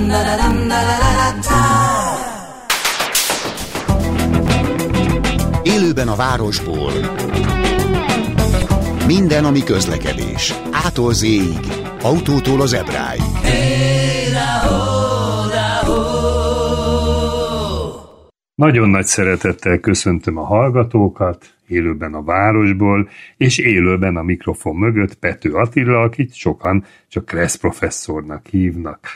Élőben a városból. Minden, ami közlekedés. A-tól Z-ig, autótól az ebráig. Nagyon nagy szeretettel köszöntöm a hallgatókat, élőben a városból, és élőben a mikrofon mögött Pető Attila, akit sokan csak Kressz professzornak hívnak.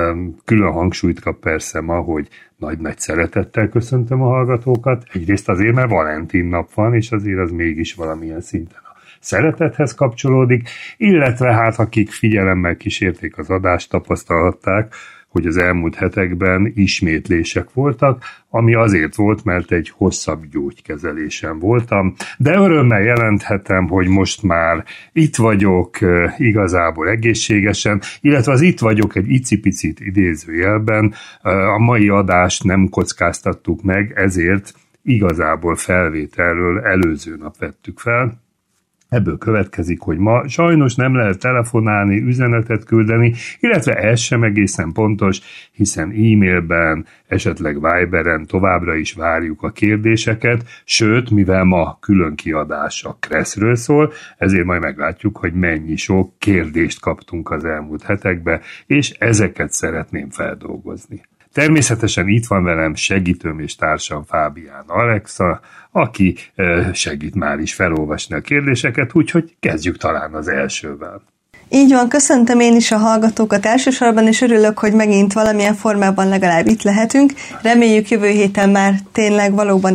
Külön hangsúlyt kap persze ma, hogy nagy-nagy szeretettel köszöntöm a hallgatókat. Egyrészt azért, mert Valentin nap van, és azért az mégis valamilyen szinten a szeretethez kapcsolódik, illetve hát akik figyelemmel kísérték az adást, tapasztalhatták, hogy az elmúlt hetekben ismétlések voltak, ami azért volt, mert egy hosszabb gyógykezelésen voltam, de örömmel jelenthetem, hogy most már itt vagyok igazából egészségesen, illetve az itt vagyok egy icipicit idézőjelben, a mai adást nem kockáztattuk meg, ezért igazából felvételről előző nap vettük fel. Ebből következik, hogy ma sajnos nem lehet telefonálni, üzenetet küldeni, illetve ez sem egészen pontos, hiszen e-mailben, esetleg Viberen továbbra is várjuk a kérdéseket, sőt, mivel ma külön kiadás a Kresszről szól, ezért majd meglátjuk, hogy mennyi sok kérdést kaptunk az elmúlt hetekben, és ezeket szeretném feldolgozni. Természetesen itt van velem segítőm és társam Fábián Alexa, aki segít már is felolvasni a kérdéseket, úgyhogy kezdjük talán az elsővel. Így van, köszöntöm én is a hallgatókat elsősorban, és örülök, hogy megint valamilyen formában legalább itt lehetünk. Reméljük jövő héten már tényleg valóban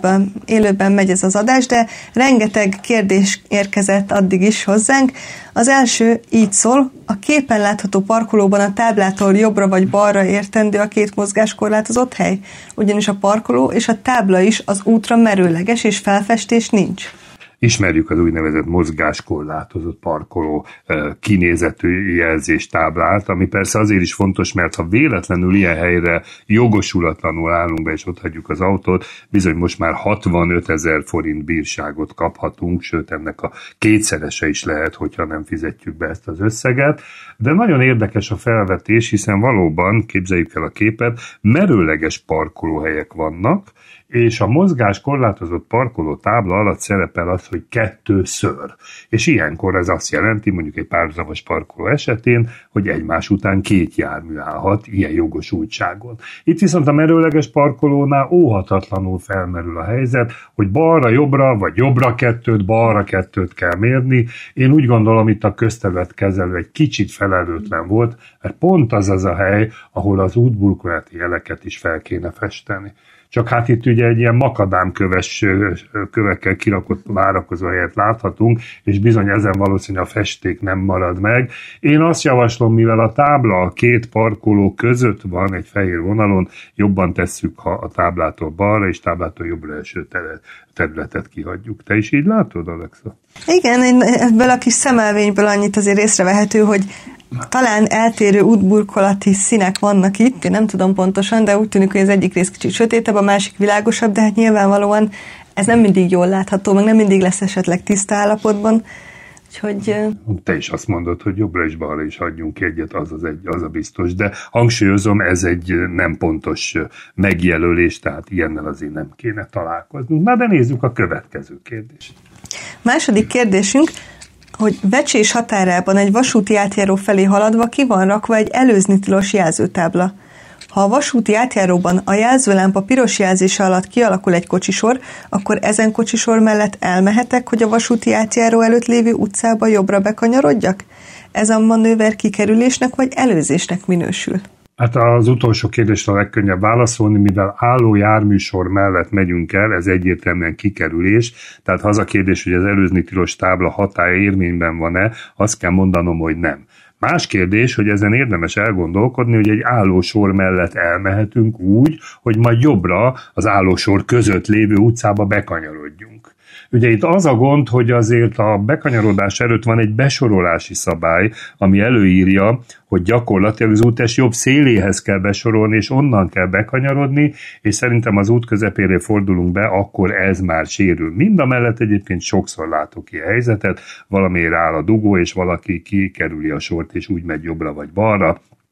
élőben megy ez az adás, de rengeteg kérdés érkezett addig is hozzánk. Az első így szól: a képen látható parkolóban a táblától jobbra vagy balra értendő a két mozgáskorlátozott hely? Ugyanis a parkoló és a tábla is az útra merőleges, és felfestés nincs. Ismerjük az úgynevezett mozgáskorlátozott parkoló kinézetű jelzéstáblát, ami persze azért is fontos, mert ha véletlenül ilyen helyre jogosulatlanul állunk be, és ott hagyjuk az autót, bizony most már 65 000 forint bírságot kaphatunk, sőt ennek a kétszerese is lehet, hogyha nem fizetjük be ezt az összeget. De nagyon érdekes a felvetés, hiszen valóban, képzeljük el a képet, merőleges parkolóhelyek vannak, és a mozgás korlátozott parkoló tábla alatt szerepel az, hogy 2 ször. És ilyenkor ez azt jelenti, mondjuk egy párhuzamos parkoló esetén, hogy egymás után 2 jármű állhat ilyen jogosultságon. Itt viszont a merőleges parkolónál óhatatlanul felmerül a helyzet, hogy balra-jobbra, vagy jobbra-2, balra-2 kell mérni. Én úgy gondolom, itt a közterületkezelő egy kicsit felelőtlen volt, mert pont az az a hely, ahol az útburkolati jeleket is fel kéne festeni. Csak hát itt ugye egy ilyen makadámköves kövekkel kirakott várakozó helyet láthatunk, és bizony ezen valószínűleg a festék nem marad meg. Én azt javaslom, mivel a tábla a 2 parkoló között van egy fehér vonalon, jobban tesszük, ha a táblától balra és táblától jobbra eső területet kihagyjuk. Te is így látod, Alexa? Igen, ebből a kis szemelvényből annyit azért észrevehető, hogy talán eltérő útburkolati színek vannak itt, én nem tudom pontosan, de úgy tűnik, hogy az egyik rész kicsit sötétebb, a másik világosabb, de hát nyilvánvalóan ez nem mindig jól látható, meg nem mindig lesz esetleg tiszta állapotban. Úgyhogy... Te is azt mondod, hogy jobbra és balra is hagyjunk ki egyet, az a biztos, de hangsúlyozom, ez egy nem pontos megjelölés, tehát ilyennel azért nem kéne találkoznunk. Na de nézzük a következő kérdést. Második kérdésünk, hogy Vecsés határában egy vasúti átjáró felé haladva ki van rakva egy előzni tilos jelzőtábla. Ha a vasúti átjáróban a jelzőlámpa piros jelzése alatt kialakul egy kocsisor, akkor ezen kocsisor mellett elmehetek, hogy a vasúti átjáró előtt lévő utcába jobbra bekanyarodjak? Ez a manőver kikerülésnek vagy előzésnek minősül? Hát az utolsó kérdésre a legkönnyebb válaszolni, mivel álló járműsor mellett megyünk el, ez egyértelműen kikerülés, tehát ha az a kérdés, hogy az előzni tilos tábla hatálya érvényben van-e, azt kell mondanom, hogy nem. Más kérdés, hogy ezen érdemes elgondolkodni, hogy egy állósor mellett elmehetünk úgy, hogy majd jobbra az állósor között lévő utcába bekanyarodjunk. Ugye itt az a gond, hogy azért a bekanyarodás előtt van egy besorolási szabály, ami előírja, hogy gyakorlatilag az úttest jobb széléhez kell besorolni, és onnan kell bekanyarodni, és szerintem az út közepére fordulunk be, akkor ez már sérül. Mindamellett egyébként sokszor látok ilyen helyzetet, valamiért áll a dugó, és valaki kikerüli a sort, és úgy megy jobbra vagy balra.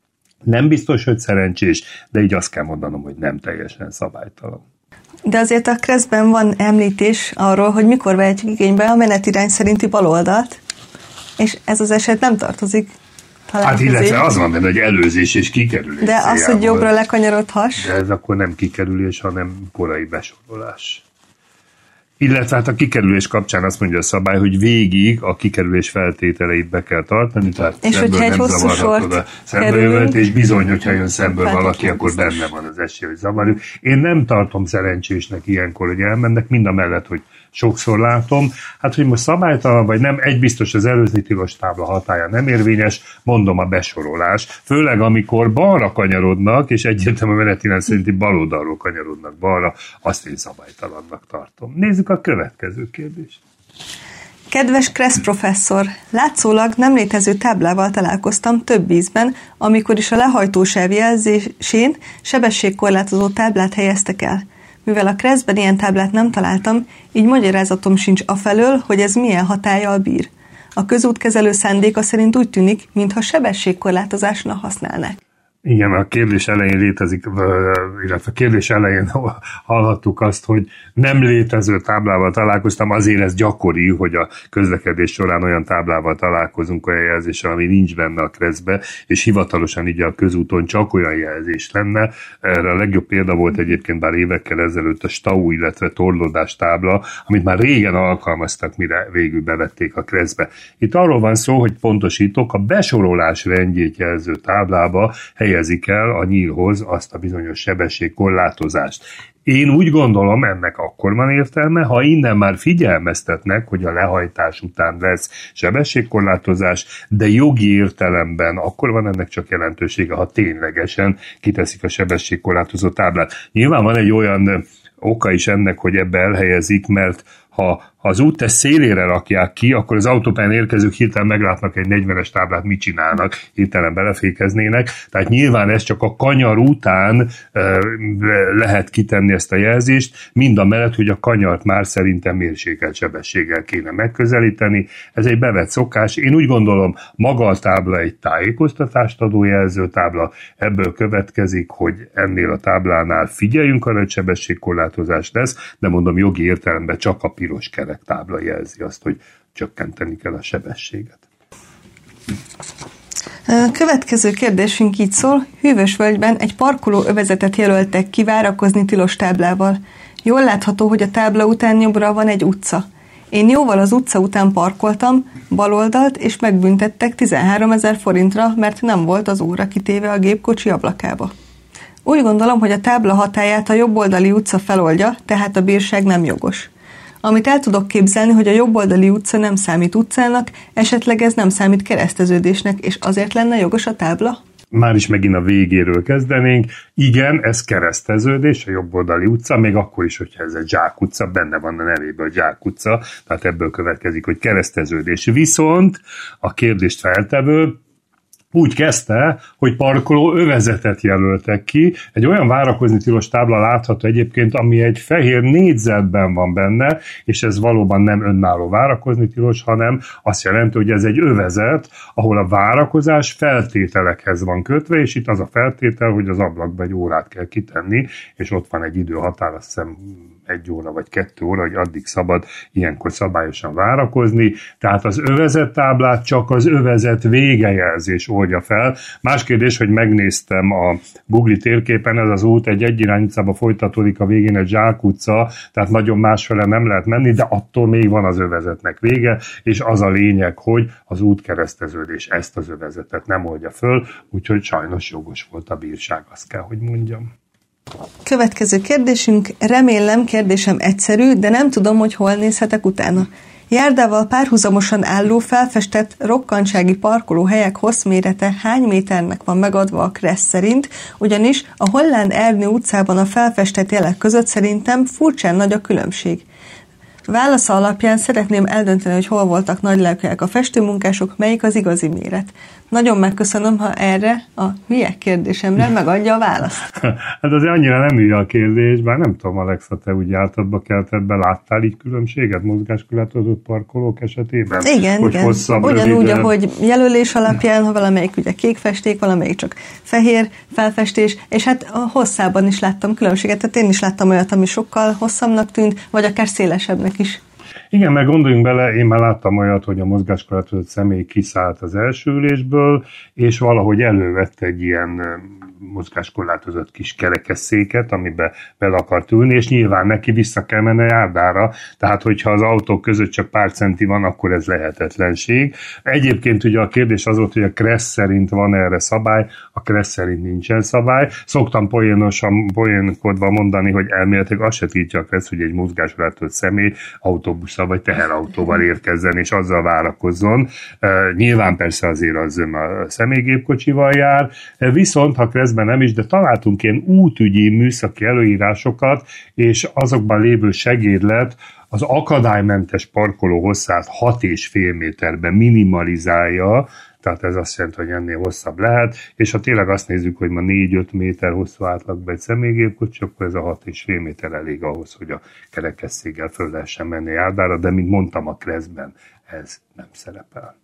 Nem biztos, hogy szerencsés, de így azt kell mondanom, hogy nem teljesen szabálytalan. De azért a Kreszben van említés arról, hogy mikor vehetjük igénybe a menetirány szerinti baloldalt, és ez az eset nem tartozik talán hát illetve az van benne, hogy előzés és kikerülés. De az, hogy jobbra lekanyarodhass. De ez akkor nem kikerülés, hanem korai besorolás. Illetve hát a kikerülés kapcsán azt mondja a szabály, hogy végig a kikerülés feltételeit be kell tartani, tehát és hogyha egy hosszú sort kerülünk, és bizony, hogyha jön szemből valaki, akkor biztos. Benne van az esély, hogy zavarjuk. Én nem tartom szerencsésnek ilyenkor, hogy elmennek, mind a mellett, hogy sokszor látom. Hát, hogy most szabálytalan, vagy nem, egy biztos, az előzni tilos tábla hatálya nem érvényes, mondom a besorolás. Főleg, amikor balra kanyarodnak, és egyértelműen menetirány szerinti baloldalról kanyarodnak balra, azt én szabálytalannak tartom. Nézzük a következő kérdést. Kedves Kressz professzor, látszólag nem létező táblával találkoztam több ízben, amikor is a lehajtósáv jelzésén sebességkorlátozó táblát helyeztek el. Mivel a Kreszben ilyen táblát nem találtam, így magyarázatom sincs afelől, hogy ez milyen hatállyal bír. A közútkezelő szándéka szerint úgy tűnik, mintha sebességkorlátozásnak használnák. Igen, a kérdés elején létezik, illetve a kérdés elején hallhattuk azt, hogy nem létező táblával találkoztam, azért ez gyakori, hogy a közlekedés során olyan táblával találkozunk, olyan jelzéssel, ami nincs benne a Kreszbe, és hivatalosan így a közúton csak olyan jelzés lenne. Erre a legjobb példa volt egyébként bár évekkel ezelőtt a Stau, illetve torlódás tábla, amit már régen alkalmaztak, mire végül bevették a Kreszbe. Itt arról van szó, hogy pontosítok, a besorolás rendjét jelző táblába helyezik el a nyílhoz azt a bizonyos sebességkorlátozást. Én úgy gondolom, ennek akkor van értelme, ha innen már figyelmeztetnek, hogy a lehajtás után lesz sebességkorlátozás, de jogi értelemben akkor van ennek csak jelentősége, ha ténylegesen kiteszik a sebességkorlátozó táblát. Nyilván van egy olyan oka is ennek, hogy ebbe elhelyezik, mert ha az úttest szélére rakják ki, akkor az autópályán érkezők hirtelen meglátnak egy 40-es táblát, mit csinálnak, hirtelen belefékeznének. Tehát nyilván ez csak a kanyar után lehet kitenni ezt a jelzést, mind a mellett, hogy a kanyart már szerintem mérsékelt sebességgel kéne megközelíteni. Ez egy bevett szokás. Én úgy gondolom, maga a tábla egy tájékoztatást adó jelzőtábla, ebből következik, hogy ennél a táblánál figyeljünk arra, hogy sebességkorlátozás lesz, de mondom, jogi értelemben csak a piros kerektábla jelzi azt, hogy csökkenteni kell a sebességet. A következő kérdésünk így szól. Hűvösvölgyben egy parkoló övezetet jelöltek ki várakozni tilos táblával. Jól látható, hogy a tábla után jobbra van egy utca. Én jóval az utca után parkoltam, baloldalt, és megbüntettek 13 000 forintra, mert nem volt az óra kitéve a gépkocsi ablakába. Úgy gondolom, hogy a tábla hatályát a jobboldali utca feloldja, tehát a bírság nem jogos. Amit el tudok képzelni, hogy a jobboldali utca nem számít utcának, esetleg ez nem számít kereszteződésnek, és azért lenne jogos a tábla? Már is megint a végéről kezdenénk. Igen, ez kereszteződés, a jobboldali utca, még akkor is, hogyha ez egy zsákutca, benne van a nevében a zsákutca, tehát ebből következik, hogy kereszteződés. Viszont a kérdést feltevő úgy kezdte, hogy parkoló övezetet jelöltek ki. Egy olyan várakozni tilos tábla látható egyébként, ami egy fehér négyzetben van benne, és ez valóban nem önálló várakozni tilos, hanem azt jelenti, hogy ez egy övezet, ahol a várakozás feltételekhez van kötve, és itt az a feltétel, hogy az ablakba egy órát kell kitenni, és ott van egy időhatár, azt hiszem 1 óra vagy 2 óra, hogy addig szabad ilyenkor szabályosan várakozni. Tehát az övezettáblát csak az övezet végejelzés oldja fel. Más kérdés, hogy megnéztem a Google térképen, ez az út egy egyirány utcába folytatódik, a végén egy zsákutca, tehát nagyon másfele nem lehet menni, de attól még van az övezetnek vége, és az a lényeg, hogy az útkereszteződés ezt az övezetet nem oldja föl, úgyhogy sajnos jogos volt a bírság, azt kell, hogy mondjam. Következő kérdésünk, remélem kérdésem egyszerű, de nem tudom, hogy hol nézhetek utána. Járdával párhuzamosan álló felfestett rokkantsági parkolóhelyek hosszmérete hány méternek van megadva a Kressz szerint, ugyanis a Holland Ernő utcában a felfestett jelek között szerintem furcsán nagy a különbség. Válasza alapján szeretném eldönteni, hogy hol voltak nagylelkűek a festőmunkások, melyik az igazi méret. Nagyon megköszönöm, ha erre a hülye kérdésemre megadja a választ. Hát azért annyira nem hülye a kérdés, bár nem tudom, Alexa, te úgy jártadba keltedbe, láttál így különbséget mozgáskorlátozott parkolók esetében? Igen, hogy igen. Ugyanúgy, ahogy jelölés alapján, ha valamelyik ugye kék festék, valamelyik csak fehér felfestés, és hát a hosszában is láttam különbséget, tehát én is láttam olyat, ami sokkal hosszabbnak tűnt, vagy akár szélesebbnek is. Igen, meg gondoljunk bele, én már láttam olyat, hogy a mozgáskorlátozott személy kiszállt az első ülésből, és valahogy elővett egy ilyen mozgáskorlátozott kis kerekesszéket, amiben bele akart ülni, és nyilván neki vissza kell menni a járdára, tehát hogyha az autók között csak pár centi van, akkor ez lehetetlenség. Egyébként ugye a kérdés az volt, hogy a Kressz szerint van erre szabály, a Kressz szerint nincsen szabály. Szoktam poénkodva mondani, hogy elméletileg azt se tiltja a Kressz, hogy egy mozgáskorlátozott személy autóbusszal vagy teherautóval érkezzen, és azzal várakozzon. Nyilván persze azért az a személygépkocsival jár, viszont ha Kresszben nem is, de találtunk ilyen útügyi műszaki előírásokat, és azokban lévő segédlet az akadálymentes parkoló hosszát 6,5 méterben minimalizálja, tehát ez azt jelenti, hogy ennél hosszabb lehet, és ha tényleg azt nézzük, hogy ma 4-5 méter hosszú átlagban egy személygépkocsi, akkor ez a 6,5 méter elég ahhoz, hogy a kerekesszéggel föl lehessen menni járdára, de mint mondtam, a Kresszben ez nem szerepel.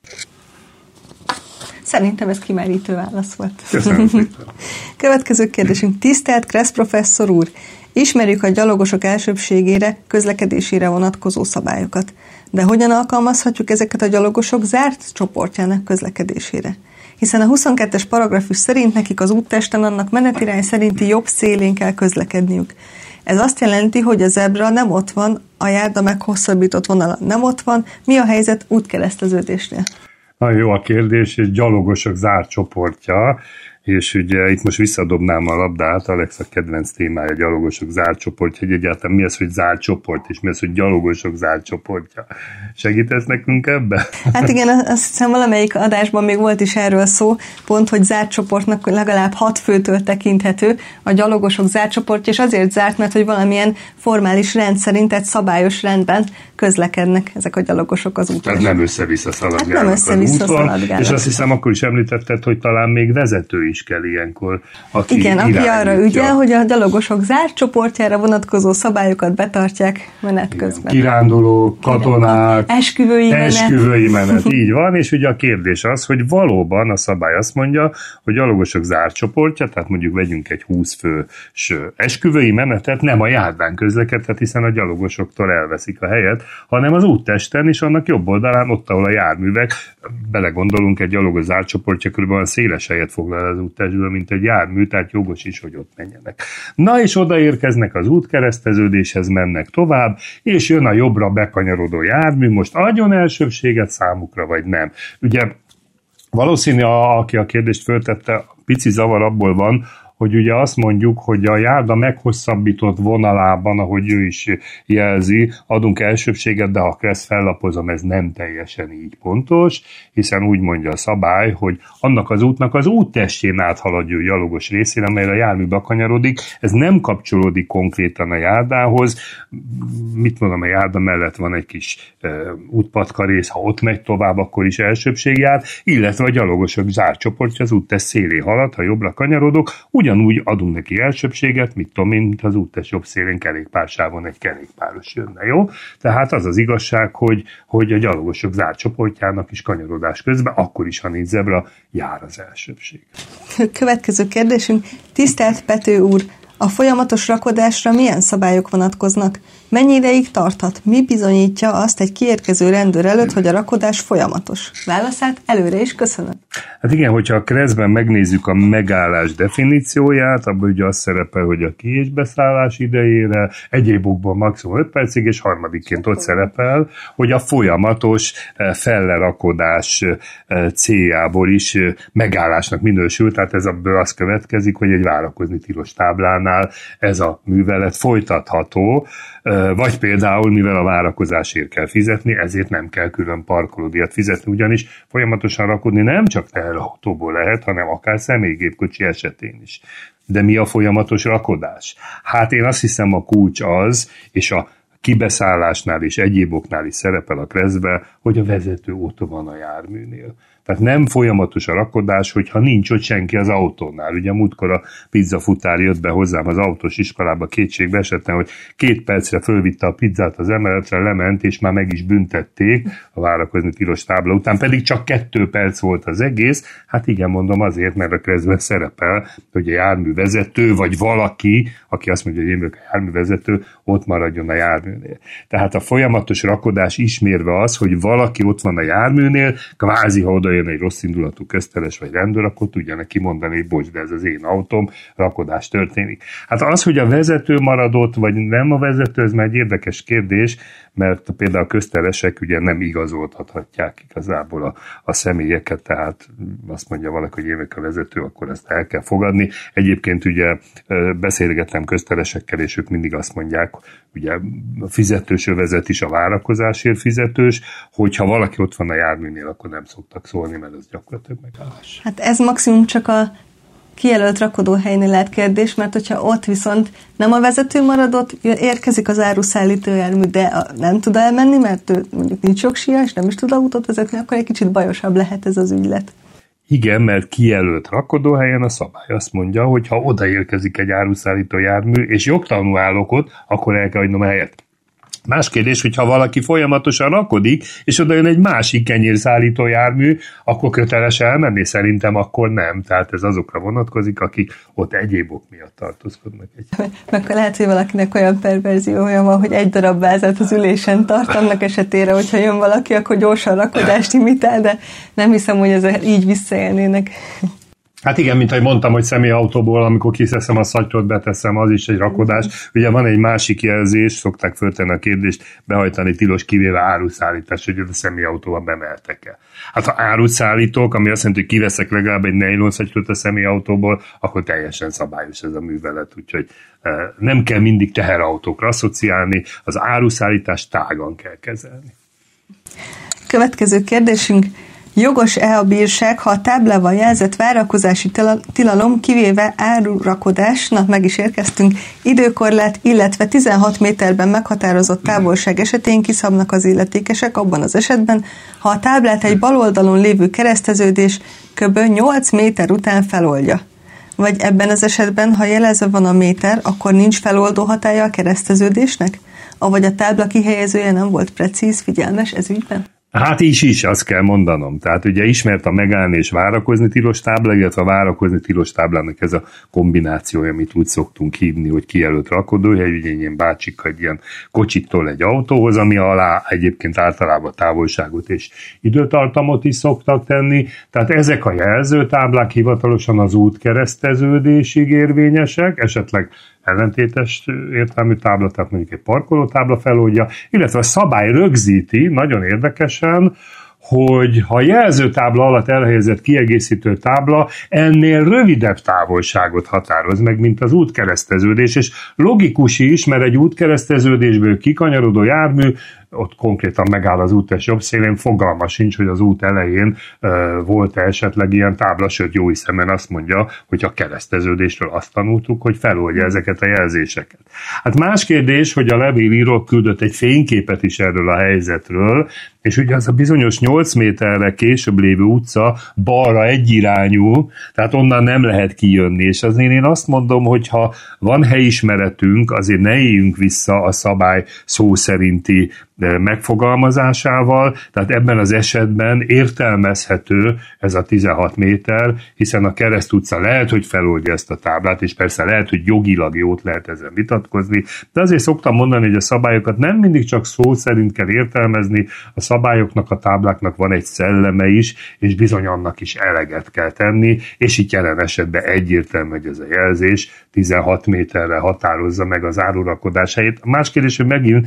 Szerintem ez kimerítő válasz volt. Köszönöm szépen. Következő kérdésünk. Tisztelt Kressz professzor úr! Ismerjük a gyalogosok elsőbbségére, közlekedésére vonatkozó szabályokat. De hogyan alkalmazhatjuk ezeket a gyalogosok zárt csoportjának közlekedésére? Hiszen a 22-es paragrafus szerint nekik az úttesten annak menetirány szerinti jobb szélén kell közlekedniük. Ez azt jelenti, hogy a zebra nem ott van, a járda meghosszabbított vonala nem ott van. Mi a helyzet útkereszteződésnél? Nagyon jó a kérdés, és gyalogosok zárt csoportja, és ugye itt most visszadobnám a labdát, Alexa kedvenc témája, gyalogosok zárt csoportja, hogy egyáltalán mi az, hogy zárt csoport, és mi az, hogy gyalogosok zárt csoportja. Segítesz nekünk ebbe? Hát igen, azt hiszem valamelyik adásban még volt is erről szó, pont, hogy zárt csoportnak legalább 6 főtől tekinthető a gyalogosok zárt csoportja, és azért zárt, mert hogy valamilyen formális rend szerint, tehát szabályos rendben közlekednek ezek a gyalogosok az úton. Tehát nem össze-vissza szaladgálnak nem össze-vissza az úton, szaladgálnak. És azt hiszem, akkor is említetted, hogy talán még vezető is kell ilyenkor, aki igen, aki arra ügyel, hogy a gyalogosok zárt csoportjára vonatkozó szabályokat betartják menet közben. Kirándulók, katonák, esküvői menet, így van, és ugye a kérdés az, hogy valóban a szabály azt mondja, hogy gyalogosok zárt csoportja, tehát mondjuk vegyünk egy 20 fős esküvői menetet, nem a járdán közlekedhet, hiszen a gyalogosoktól elveszik a helyet, hanem az úttesten is, annak jobb oldalán, ott, ahol a járművek, belegondolunk, egy gyalogos zárt csoportja körülbelül széles helyet foglal az úttestből, mint egy jármű, tehát jogos is, hogy ott menjenek. Na és odaérkeznek az útkereszteződéshez, mennek tovább, és jön a jobbra bekanyarodó jármű, most adjon elsőbséget számukra, vagy nem. Ugye valószínű, aki a kérdést föltette, pici zavar abból van, hogy ugye azt mondjuk, hogy a járda meghosszabbított vonalában, ahogy ő is jelzi, adunk elsőbséget, de ha Kressz fellapozom, ez nem teljesen így pontos, hiszen úgy mondja a szabály, hogy annak az útnak az úttestjén áthaladó gyalogos részén, amelyre a jármű bekanyarodik, ez nem kapcsolódik konkrétan a járdához. Mit mondom, a járda mellett van egy kis útpatka rész, ha ott megy tovább, akkor is elsőbség jár, illetve a gyalogosok zárt csoportja az úttest szélén halad, ha jobbra kanyarodok, ugyanúgy adunk neki elsőbséget, mit tudom én, mint az úttest jobb szélén kerékpársávon egy kerékpáros jönne, jó? Tehát az az igazság, hogy a gyalogosok zárt csoportjának is kanyarodás közben, akkor is, ha nincs zebra, jár az elsőbség. Következő kérdésünk. Tisztelt Pető úr, a folyamatos rakodásra milyen szabályok vonatkoznak? Mennyi ideig tarthat? Mi bizonyítja azt egy kiérkező rendőr előtt, hogy a rakodás folyamatos? Válaszát előre is köszönöm. Hát igen, hogyha a Kresszben megnézzük a megállás definícióját, abban ugye az szerepel, hogy a ki- és beszállás idejére, egyéb okból maximum 5 percig, és harmadikként ott szerepel, hogy a folyamatos fellerakodás céljából is megállásnak minősül, tehát ez abból az következik, hogy egy várakozni tilos táblánál ez a művelet folytatható, vagy például, mivel a várakozásért kell fizetni, ezért nem kell külön parkolódíjat fizetni, ugyanis folyamatosan rakodni nem csak teherautóból lehet, hanem akár személygépkocsi esetén is. De mi a folyamatos rakodás? Hát én azt hiszem, a kulcs az, és a kibeszállásnál és egyéb oknál is szerepel a kreszbe, hogy a vezető ott van a járműnél. Tehát nem folyamatos a rakodás, hogyha nincs ott senki az autónál. Ugye múltkor a pizzafutár jött be hozzám az autós iskolába, kétségbe esettem, hogy 2 percre fölvitte a pizzát az emeletre, lement, és már meg is büntették a várakozni tilos tábla után, pedig csak 2 perc volt az egész. Hát igen, mondom azért, mert a kreszben szerepel, hogy a járművezető, vagy valaki, aki azt mondja, hogy én vagyok a járművezető, ott maradjon a járműnél. Tehát a folyamatos rakodás ismérve az, hogy valaki ott van a járműnél, kvázi, ha oda jön egy rossz indulatú közteles vagy rendőr, akkor tudja neki mondani, hogy bocs, de ez az én autóm, rakodás történik. Hát az, hogy a vezető maradott, vagy nem a vezető, ez már egy érdekes kérdés, mert például a köztelesek ugye nem igazoltathatják igazából a személyeket, tehát azt mondja valaki, hogy én vagyok a vezető, akkor ezt el kell fogadni. Egyébként ugye beszélgettem köztelesekkel, és ők mindig azt mondják, ugye a fizetős övezet is a várakozásért fizetős, hogyha valaki ott van a járműnél, akkor nem szoktak szólni, mert ez gyakorlatilag megállás. Hát ez maximum csak a kijelölt rakodóhelynél lehet kérdés, mert hogyha ott viszont nem a vezető maradott, érkezik az áruszállító jármű, de nem tud elmenni, mert ő mondjuk nincs jogsija, és nem is tud autót vezetni, akkor egy kicsit bajosabb lehet ez az ügylet. Igen, mert kijelölt rakodóhelyen a szabály azt mondja, hogy ha odaérkezik egy áruszállító jármű, és jogtalanul állok ott, akkor el kell hagynom a helyet. Más kérdés, hogyha valaki folyamatosan rakodik, és oda jön egy másik kenyérszállító jármű, akkor köteles elmenni? Szerintem akkor nem. Tehát ez azokra vonatkozik, akik ott egyéb ok miatt tartózkodnak. Meg lehet, hogy valakinek olyan perverziója van, hogy egy darab vázat az ülésen tart, annak esetére, hogyha jön valaki, akkor gyorsan rakodást imitál, de nem hiszem, hogy ezzel így visszaélnének. Hát igen, mint ahogy mondtam, hogy személyautóból, amikor kiszeszem a szatyrót, beteszem, az is egy rakodás. Ugye van egy másik jelzés, szokták föltenni a kérdést, behajtani tilos, kivéve áruszállítás, hogy a személyautóval bemeltek el. Hát ha árut szállítok, ami azt jelenti, hogy kiveszek legalább egy nylon szatyrot a személyautóból, akkor teljesen szabályos ez a művelet, úgyhogy nem kell mindig teherautókra asszociálni, az áruszállítást tágan kell kezelni. Következő kérdésünk. Jogos-e a bírság, ha a táblával jelzett várakozási tilalom, kivéve árurakodás, meg is érkeztünk, időkorlát, illetve 16 méterben meghatározott távolság esetén kiszabnak az illetékesek abban az esetben, ha a táblát egy bal oldalon lévő kereszteződés kb. 8 méter után feloldja. Vagy ebben az esetben, ha jelezve van a méter, akkor nincs feloldó hatálya a kereszteződésnek? Avagy a tábla kihelyezője nem volt precíz, figyelmes ez ügyben? Hát is, azt kell mondanom. Tehát ugye ismert a megállni és várakozni tilos tábla, illetve a várakozni tilos táblának ez a kombinációja, amit úgy szoktunk hívni, hogy kijelölt rakodóhely, ugye ilyen bácsika egy ilyen kocsiktól egy autóhoz, ami alá egyébként általában távolságot és időtartamot is szoktak tenni. Tehát ezek a jelzőtáblák hivatalosan az útkereszteződésig érvényesek, esetleg ellentétes értelmű tábla, tehát mondjuk egy parkolótábla feloldja, illetve a szabály rögzíti, nagyon érdekesen, hogy ha a jelzőtábla alatt elhelyezett kiegészítő tábla ennél rövidebb távolságot határoz meg, mint az útkereszteződés, és logikus is, mert egy útkereszteződésből kikanyarodó jármű ott konkrétan megáll az út jobb szélén, fogalma sincs, hogy az út elején volt-e esetleg ilyen tábla, sőt jó hiszemben azt mondja, hogy a kereszteződésről azt tanultuk, hogy feloldja ezeket a jelzéseket. Hát más kérdés, hogy a levélíró küldött egy fényképet is erről a helyzetről, és ugye az a bizonyos 8 méterre később lévő utca balra egyirányú, tehát onnan nem lehet kijönni, és azért én azt mondom, hogy ha van helyismeretünk, azért ne éljünk vissza a szabály szó szerinti megfogalmazásával, tehát ebben az esetben értelmezhető ez a 16 méter, hiszen a Kereszt utca lehet, hogy feloldja ezt a táblát, és persze lehet, hogy jogilag jót lehet ezen vitatkozni, de azért szoktam mondani, hogy a szabályokat nem mindig csak szó szerint kell értelmezni, a szabályoknak, a tábláknak van egy szelleme is, és bizony annak is eleget kell tenni, és itt jelen esetben egyértelmű, hogy ez a jelzés 16 méterre határozza meg az árurakodás helyét. A más kérdés, hogy megint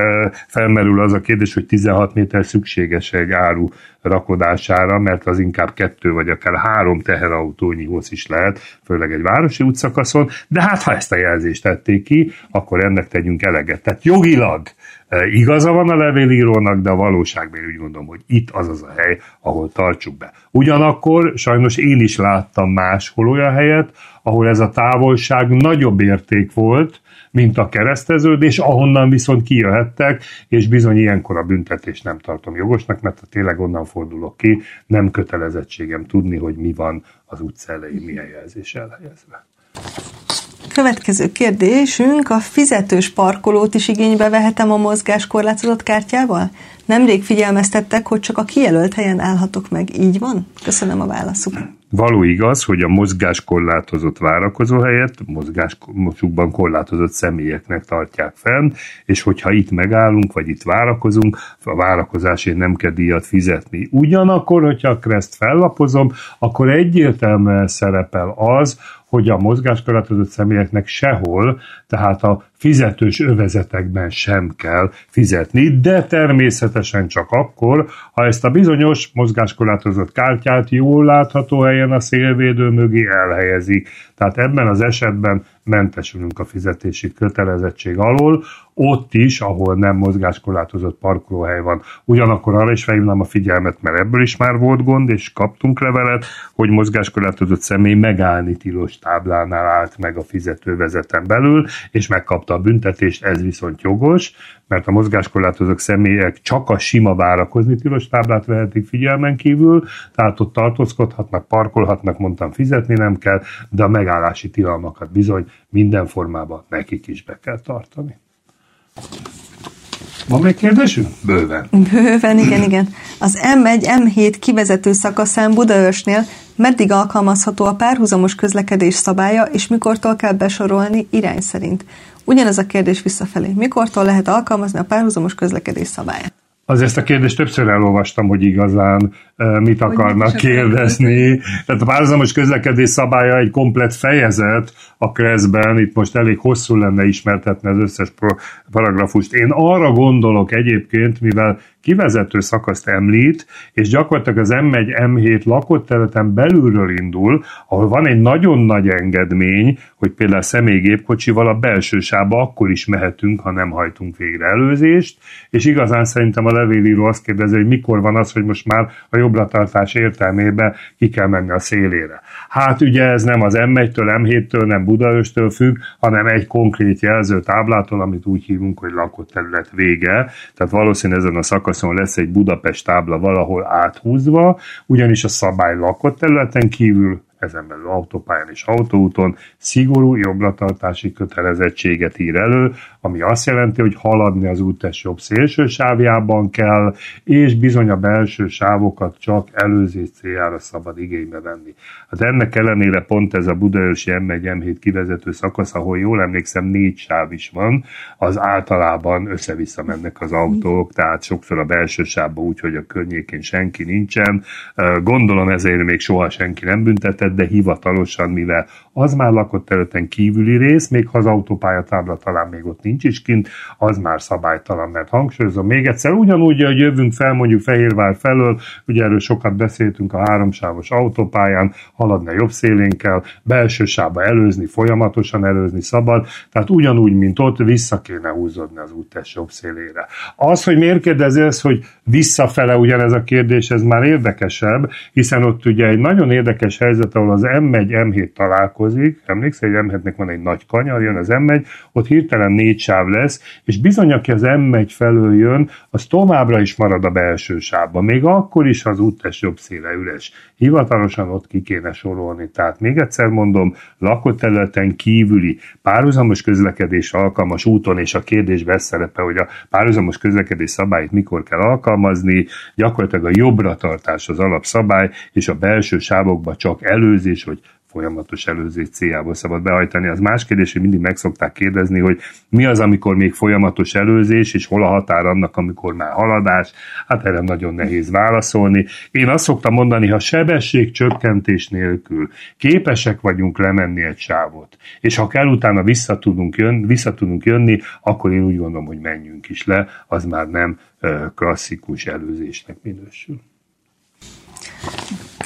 felmerül az a kérdés, hogy 16 méter szükséges egy áru rakodására, mert az inkább 2 vagy akár 3 teherautónyihoz is lehet, főleg egy városi útszakaszon, de hát ha ezt a jelzést tették ki, akkor ennek tegyünk eleget. Tehát jogilag Igaza van a levélírónak, de a valóságban úgy gondolom, hogy itt az a hely, ahol tartsuk be. Ugyanakkor sajnos én is láttam máshol olyan helyet, ahol ez a távolság nagyobb érték volt, mint a kereszteződés, ahonnan viszont kijöhettek, és bizony ilyenkor a büntetést nem tartom jogosnak, mert ha tényleg onnan fordulok ki, nem kötelezettségem tudni, hogy mi van az utca elején, milyen jelzés elhelyezve. Következő kérdésünk, a fizetős parkolót is igénybe vehetem a mozgáskorlátozott kártyával? Nemrég figyelmeztettek, hogy csak a kijelölt helyen állhatok meg. Így van? Köszönöm a válaszukat. Való igaz, hogy a mozgáskorlátozott várakozóhelyet mozgásukban korlátozott személyeknek tartják fenn, és hogyha itt megállunk, vagy itt várakozunk, a várakozásért nem kell díjat fizetni. Ugyanakkor, hogyha a Kreszt fellapozom, akkor egyértelműen szerepel az, hogy a mozgáskorlátozott személyeknek sehol, tehát a fizetős övezetekben sem kell fizetni, de természetesen csak akkor, ha ezt a bizonyos mozgáskorlátozott kártyát jól látható helyen a szélvédő mögé elhelyezik. Tehát ebben az esetben mentesülünk a fizetési kötelezettség alól, ott is, ahol nem mozgáskorlátozott parkolóhely van. Ugyanakkor arra is felhívnám a figyelmet, mert ebből is már volt gond, és kaptunk levelet, hogy mozgáskorlátozott személy megállni tilos táblánál állt meg a fizetővezeten belül, és megkapta a büntetést, ez viszont jogos, mert a mozgáskorlátozott személyek csak a sima várakozni tilos táblát vehetik figyelmen kívül, tehát ott tartózkodhatnak, parkolhatnak, mondtam, fizetni nem kell, de a megállási tilalmakat bizony minden formában nekik is be kell tartani. Van még kérdésünk? Bőven. Bőven, igen. Az M1-M7 kivezető szakaszán Budaörsnél meddig alkalmazható a párhuzamos közlekedés szabálya, és mikortól kell besorolni irány szerint? Ugyanez a kérdés visszafelé. Mikortól lehet alkalmazni a párhuzamos közlekedés szabályát? Azért ezt a kérdést többször elolvastam, hogy igazán mit akarnak kérdezni. Tehát a párhuzamos közlekedés szabálya egy komplett fejezet a Kreszben, itt most elég hosszú lenne ismertetni az összes paragrafust. Én arra gondolok egyébként, mivel kivezető szakaszt említ, és gyakorlatilag az M1-M7 lakott területen belülről indul, ahol van egy nagyon nagy engedmény, hogy például személygépkocsival a belső sávba akkor is mehetünk, ha nem hajtunk végre előzést, és igazán szerintem a levélíró azt kérdezi, hogy mikor van az, hogy most már a jobblatartás értelmében ki kell menni a szélére. Hát ugye ez nem az M1-től, M7-től, nem Budaörstől függ, hanem egy konkrét jelzőtáblától, amit úgy hívunk, hogy lakott terület vége. Tehát valószínűleg ezen a szakaszon lesz egy Budapest tábla valahol áthúzva, ugyanis a szabály lakott területen kívül, ezen belül autópályán és autóúton szigorú jobblatartási kötelezettséget ír elő, ami azt jelenti, hogy haladni az úttest jobb szélső sávjában kell, és bizony a belső sávokat csak előzés céljára szabad igénybe venni. Hát ennek ellenére pont ez a budaörsi M1-M7 kivezető szakasz, ahol jól emlékszem 4 sáv is van, az általában össze-vissza mennek az autók, tehát sokszor a belső sávban úgy, hogy a környékén senki nincsen. Gondolom ezért még soha senki nem büntetett, de hivatalosan, mivel az már lakott területen kívüli rész, még ha az autópályatábla talán még ott nincs is kint, az már szabálytalan, mert hangsúlyozom még egyszer, ugyanúgy, hogy jövünk fel mondjuk Fehérvár felől, ugye erről sokat beszéltünk a 3-sávos autópályán, haladni a jobb szélén kell, belső sávba előzni, folyamatosan előzni szabad, tehát ugyanúgy, mint ott, vissza kéne húzódni az úttest jobb szélére. Az, hogy miért kérdezi ez, hogy visszafele ugyanez a kérdés, ez már érdekesebb, hiszen ott ugye egy nagyon érdekes helyzet, ahol az M1-M7 találkozik, emlékszel, hogy M7-nek van egy nagy kanyar, jön az M1, ott hirtelen 4 sáv lesz, és bizony, aki az M1 felől jön, az továbbra is marad a belső sávban, még akkor is az úttest jobb széle üres. Hivatalosan ott ki kéne sorolni. Tehát még egyszer mondom, lakott területen kívüli párhuzamos közlekedés alkalmas úton, és a kérdésben szerepel, hogy a párhuzamos közlekedés szabályt mikor kell alkalmazni, gyakorlatilag a jobbra tartás az alapszabály, és a belső sávokba csak előzés, hogy folyamatos előzés céljából szabad behajtani. Az más kérdés, hogy mindig meg szokták kérdezni, hogy mi az, amikor még folyamatos előzés, és hol a határ annak, amikor már haladás. Hát erre nagyon nehéz válaszolni. Én azt szoktam mondani, ha sebességcsökkentés nélkül képesek vagyunk lemenni egy sávot, és ha kell utána vissza tudunk jönni, akkor én úgy gondolom, hogy menjünk is le, az már nem klasszikus előzésnek minősül.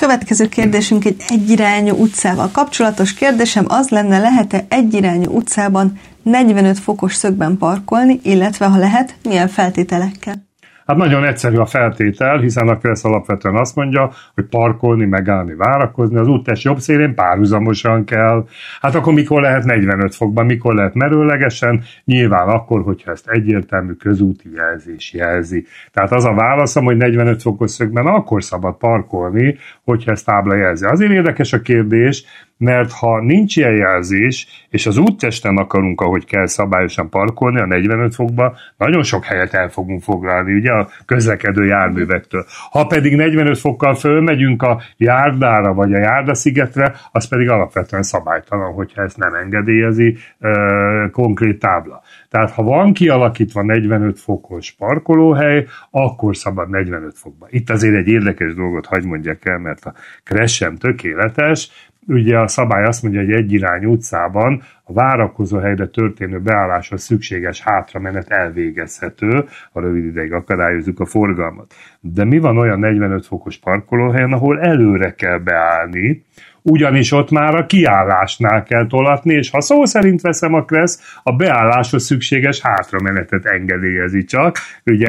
Következő kérdésünk egy egyirányú utcával kapcsolatos kérdésem az lenne, lehet-e egyirányú utcában 45 fokos szögben parkolni, illetve ha lehet, milyen feltételekkel? Hát nagyon egyszerű a feltétel, hiszen a Kressz alapvetően azt mondja, hogy parkolni, megállni, várakozni, az úttest jobb szélén párhuzamosan kell. Hát akkor mikor lehet 45 fokban, mikor lehet merőlegesen? Nyilván akkor, hogyha ezt egyértelmű közúti jelzés jelzi. Tehát az a válaszom, hogy 45 fokos szögben akkor szabad parkolni, hogyha ezt tábla jelzi. Azért érdekes a kérdés, mert ha nincs ilyen jelzés, és az úttesten akarunk, ahogy kell szabályosan parkolni a 45 fokba, nagyon sok helyet el fogunk foglalni, ugye a közlekedő járművektől. Ha pedig 45 fokkal fölmegyünk a járdára, vagy a járdaszigetre, az pedig alapvetően szabálytalan, hogyha ezt nem engedélyezi konkrét tábla. Tehát ha van kialakítva 45 fokos parkolóhely, akkor szabad 45 fokba. Itt azért egy érdekes dolgot hadd mondjak el, mert a Kressz sem tökéletes. Ugye a szabály azt mondja, hogy egyirányú utcában a várakozó helyre történő beálláshoz szükséges hátramenet elvégezhető, ha rövid ideig akadályozzuk a forgalmat. De mi van olyan 45 fokos parkolóhelyen, ahol előre kell beállni, ugyanis ott már a kiállásnál kell tolatni, és ha szó szerint veszem a Kressz, a beálláshoz szükséges hátramenetet engedélyezi csak. Ugye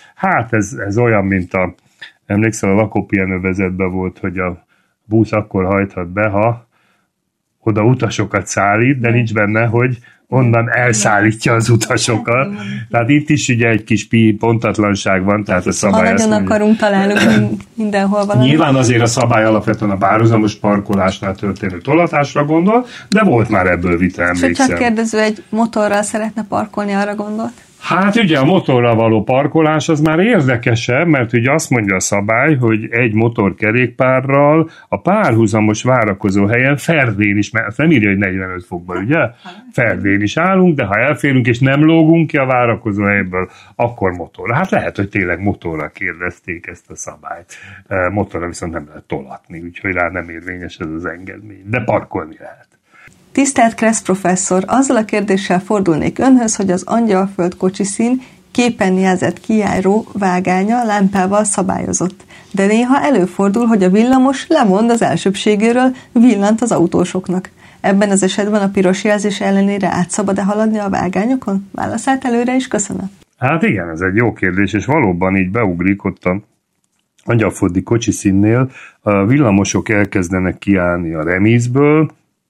ez olyan, mint emlékszel, a lakópihenővezetben volt, hogy a busz akkor hajthat be, ha oda utasokat szállít, de nincs benne, hogy onnan elszállítja az utasokat. Tehát itt is ugye egy kis pontatlanság van, tehát a szabály... Ha nagyon akarunk, találunk mindenhol valami. Nyilván azért a szabály alapvetően a párhuzamos parkolásnál történő tolatásra gondol, de volt már ebből vita, emlékszem. És csak kérdező, egy motorral szeretne parkolni, arra gondolt? Hát ugye a motorral való parkolás az már érdekesebb, mert ugye azt mondja a szabály, hogy egy motorkerékpárral a párhuzamos várakozó helyen ferdén is, mert nem írja, hogy 45 fokban, ugye? Ferdén is állunk, de ha elférünk és nem lógunk ki a várakozó helyből, akkor motorra. Hát lehet, hogy tényleg motorra kérdezték ezt a szabályt. Motorra viszont nem lehet tolatni, úgyhogy rá nem érvényes ez az engedmény, de parkolni lehet. Tisztelt Kressz professzor, azzal a kérdéssel fordulnék önhöz, hogy az Angyalföld kocsiszín képen jelzett kijáró vágánya lámpával szabályozott. De néha előfordul, hogy a villamos lemond az elsőbbségéről, villant az autósoknak. Ebben az esetben a piros jelzés ellenére át szabad-e haladni a vágányokon? Válaszát előre is köszönöm. Hát igen, ez egy jó kérdés, és valóban így beugrik ott a Angyalföldi kocsiszínnél, a villamosok elkezdenek kiállni a remízből,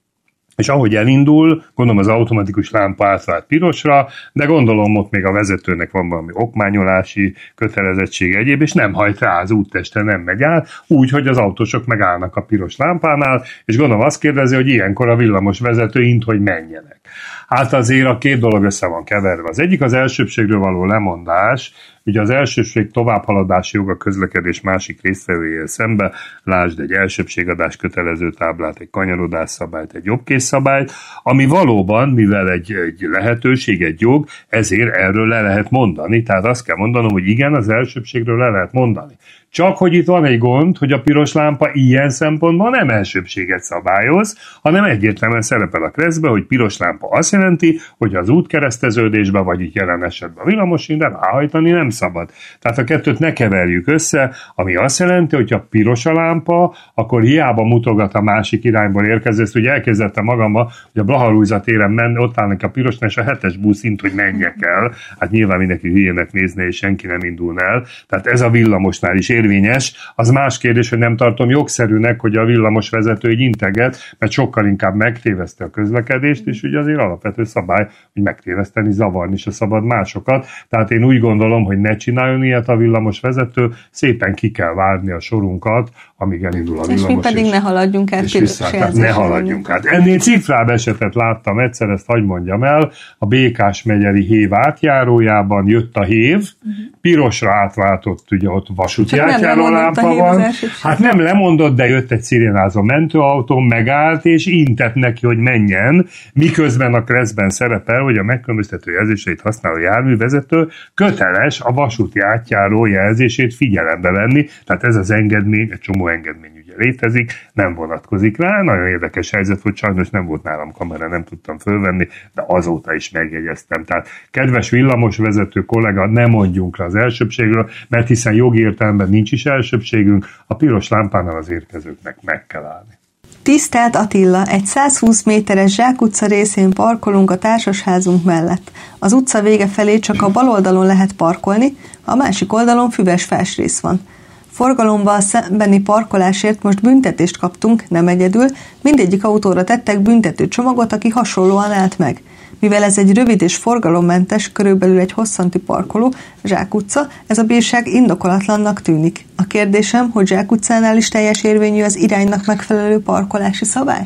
és ahogy elindul, gondolom az automatikus lámpa átvált pirosra, de gondolom ott még a vezetőnek van valami okmányolási kötelezettsége egyéb, és nem hajt rá az úttesten, nem megy át, úgy, hogy az autósok megállnak a piros lámpánál, és gondolom azt kérdezi, hogy ilyenkor a villamos vezető hogy menjenek. Hát azért a két dolog össze van keverve. Az egyik az elsőbbségről való lemondás, ugye az elsőbbség továbbhaladási jog a közlekedés másik résztvevőjével szembe, lásd egy elsőbbségadás kötelező táblát, egy kanyarodás szabályt, egy jobbkészszabályt, ami valóban, mivel egy lehetőség, egy jog, ezért erről le lehet mondani. Tehát azt kell mondanom, hogy igen, az elsőbbségről le lehet mondani. Csak hogy itt van egy gond, hogy a piros lámpa ilyen szempontból nem elsőbbséget szabályoz, hanem egyértelműen szerepel a Kresszbe, hogy piros lámpa azt jelenti, hogy az útkereszteződésben, vagy itt jelen esetben a villamosinten ráhajtani nem szabad. Tehát a kettőt ne keverjük össze, ami azt jelenti, hogy ha piros a lámpa, akkor hiába mutogat a másik irányból érkező. Ezt ugye elképzeltem magamba, hogy a Blaha-Lujza téren ott állnak a pirosnál, és a 7-es busz hogy menjek el. Hát nyilván mindenki hülyének nézne, és senki nem indulna el. Tehát ez a villamosnál is érvényes. Az más kérdés, hogy nem tartom jogszerűnek, hogy a villamos vezető így integet, mert sokkal inkább megtéveszti a közlekedést, és ugye azért alapvető szabály, hogy megtéveszteni, zavarni se szabad másokat. Tehát én úgy gondolom, hogy ne csináljon ilyet a villamos vezető, szépen ki kell várni a sorunkat, amíg elindul a villamos. És mi pedig ne haladjunk át. Ne haladjunk át. Ennél cifrább esetet láttam egyszer, ezt hadd mondjam el, a Békás-megyeri hév átjárójában jött a hév, pirosra átváltott, ugye ott vasúti átjáró lámpa van. Hát nem lemondott, de jött egy szirénázó mentőautó, megállt, és intett neki, hogy menjen, miközben a Kresszben szerepel, hogy a megkülönböztető jelzéseit használó járművezető köteles a vasúti átjáró jelzését figyelembe venni, tehát ez az engedmény, egy csomó engedmény ugye létezik, nem vonatkozik rá. Nagyon érdekes helyzet, hogy sajnos nem volt nálam kamera, nem tudtam fölvenni, de azóta is megjegyeztem. Tehát kedves villamosvezető kollega, ne mondjunk le az elsőbbségről, mert hiszen jogi értelemben nincs is elsőbbségünk, a piros lámpánál az érkezőknek meg kell állni. Tisztelt Attila, egy 120 méteres zsákutca részén parkolunk a társasházunk mellett. Az utca vége felé csak a bal oldalon lehet parkolni, a másik oldalon füves fásrész van. Forgalommal szembeni parkolásért most büntetést kaptunk, nem egyedül, mindegyik autóra tettek büntető csomagot, aki hasonlóan állt meg. Mivel ez egy rövid és forgalommentes, körülbelül egy hosszanti parkoló, zsákutca, ez a bírság indokolatlannak tűnik. A kérdésem, hogy zsákutcánál is teljes érvényű az iránynak megfelelő parkolási szabály?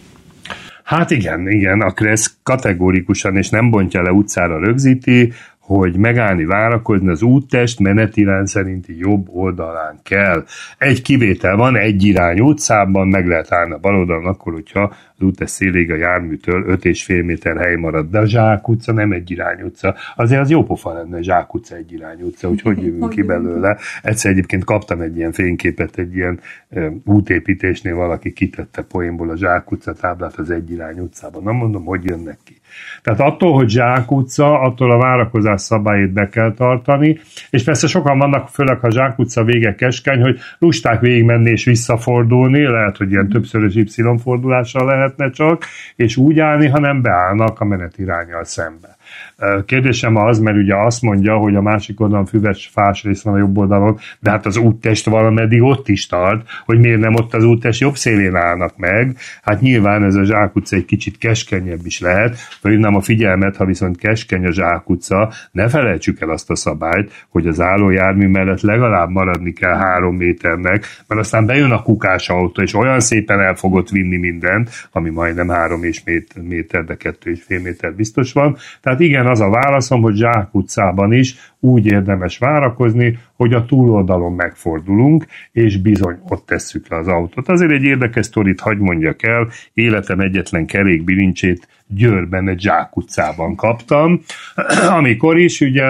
Hát igen, a KRESZ kategórikusan és nem bontja le utcára rögzíti, hogy megállni, várakozni az úttest menetirány szerinti jobb oldalán kell. Egy kivétel van, egy irányú utcában meg lehet állni a bal oldalon, akkor, hogyha az úttest széléig a járműtől 5,5 méter hely marad. De a zsákutca nem egy irányú utca. Azért az jó pofa lenne, zsákutca egy irányú utca, hogy jövünk ki belőle. Egyszer egyébként kaptam egy ilyen fényképet, egy ilyen útépítésnél valaki kitette poénból a zsákutca táblát az egy irányú utcában. Nem mondom, hogy jönnek ki. Tehát attól, hogy zsákutca, attól a várakozás szabályait be kell tartani, és persze sokan vannak, főleg ha zsákutca vége keskeny, hogy lusták végigmenni és visszafordulni, lehet, hogy ilyen többszörös Y-fordulással lehetne csak, és úgy állni, hanem beállnak a menetiránnyal szembe. Kérdésem az, mert ugye azt mondja, hogy a másik oldalon füves fásrész van a jobb oldalon, de hát az úttest valameddig ott is tart, hogy miért nem ott az úttest jobb szélén állnak meg. Hát nyilván ez a zsákutca egy kicsit keskenyebb is lehet. Fölhívnám a figyelmet, ha viszont keskeny a zsákutca, ne felejtsük el azt a szabályt, hogy az álló jármű mellett legalább maradni kell 3 méternek, mert aztán bejön a kukás autó, és olyan szépen el fogott vinni mindent, ami majdnem 3 méter, de 2,5 méter biztos van. Tehát igen, az a válaszom, hogy zsákutcában is úgy érdemes várakozni, hogy a túloldalon megfordulunk, és bizony ott tesszük le az autót. Azért egy érdekes sztorit hadd mondjak el, életem egyetlen kerékbilincsét Győrben egy zsákutcában kaptam, amikor is ugye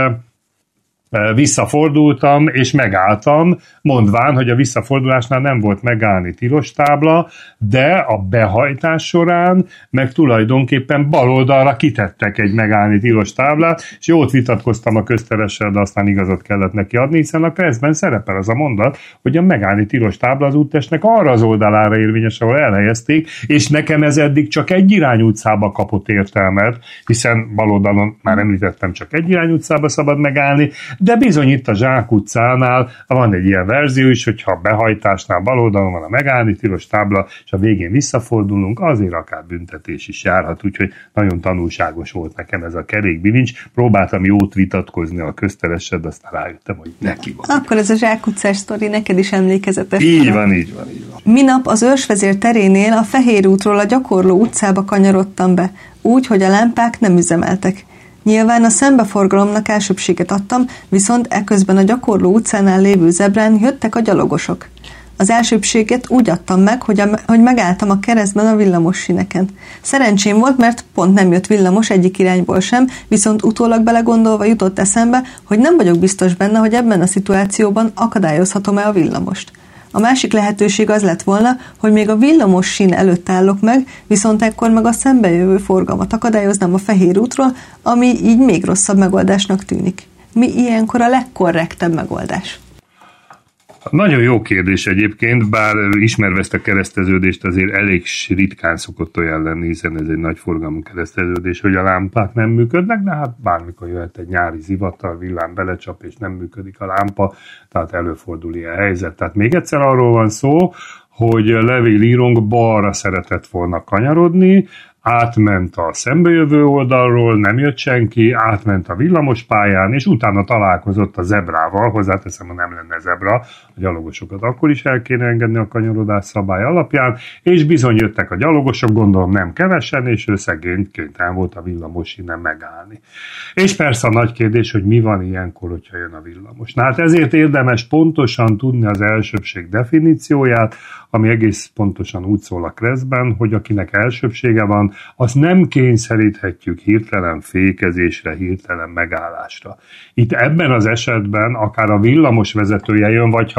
visszafordultam, és megálltam, mondván, hogy a visszafordulásnál nem volt megállni tilos tábla, de a behajtás során meg tulajdonképpen bal oldalra kitettek egy megállni tilos táblát, és jót vitatkoztam a közteressel, de aztán igazat kellett neki adni, hiszen a KRESZ-ben szerepel az a mondat, hogy a megállni tilos tábla az úttestnek arra az oldalára érvényes, ahol elhelyezték, és nekem ez eddig csak egy irányú utcába kapott értelmet, hiszen bal oldalon már említettem, csak egy irányú utcába szabad megállni, de bizony itt a zsákutcánál van egy ilyen verzió is, hogyha a behajtásnál bal oldalon van a megállni tilos tábla, és a végén visszafordulunk, azért akár büntetés is járhat, úgyhogy nagyon tanulságos volt nekem ez a kerékbilincs. Próbáltam jót vitatkozni a közteressel, de aztán rájöttem, hogy neki van. Akkor ez a zsákutcás sztori neked is emlékezetes. Így van. Minap az Őrsvezér terénél a Fehér útról a Gyakorló utcába kanyarodtam be, úgy, hogy a lámpák nem üzemeltek. Nyilván a szembeforgalomnak elsőbbséget adtam, viszont eközben a Gyakorló utcánál lévő zebrán jöttek a gyalogosok. Az elsőbbséget úgy adtam meg, hogy megálltam a keresztben a villamos síneken. Szerencsém volt, mert pont nem jött villamos egyik irányból sem, viszont utólag belegondolva jutott eszembe, hogy nem vagyok biztos benne, hogy ebben a szituációban akadályozhatom-e a villamost. A másik lehetőség az lett volna, hogy még a villamos sín előtt állok meg, viszont ekkor meg a szembejövő forgalmat akadályoznám a Fehér útról, ami így még rosszabb megoldásnak tűnik. Mi ilyenkor a legkorrektebb megoldás? Nagyon jó kérdés egyébként, bár ismerve ezt a kereszteződést azért elég ritkán szokott olyan lenni, hiszen ez egy nagy forgalmú kereszteződés, hogy a lámpák nem működnek, de hát bármikor jöhet egy nyári zivatar, villám belecsap, és nem működik a lámpa, tehát előfordul ilyen helyzet. Tehát még egyszer arról van szó, hogy levélírónk balra szeretett volna kanyarodni, átment a szembejövő oldalról, nem jött senki, átment a villamospályán, és utána találkozott a zebrával, hozzáteszem, ha nem lenne zebra, a gyalogosokat akkor is el kéne engedni a kanyarodás szabály alapján, és bizony jöttek a gyalogosok, gondolom nem kevesen, és ő szegény kénytelen volt a villamosínen megállni. És persze a nagy kérdés, hogy mi van ilyenkor, hogyha jön a villamos. Na hát ezért érdemes pontosan tudni az elsőbbség definícióját, ami egész pontosan úgy szól a KRESZ-ben, hogy akinek elsőbbsége van, azt nem kényszeríthetjük hirtelen fékezésre, hirtelen megállásra. Itt ebben az esetben akár a villamos vezetője jön, vagy ha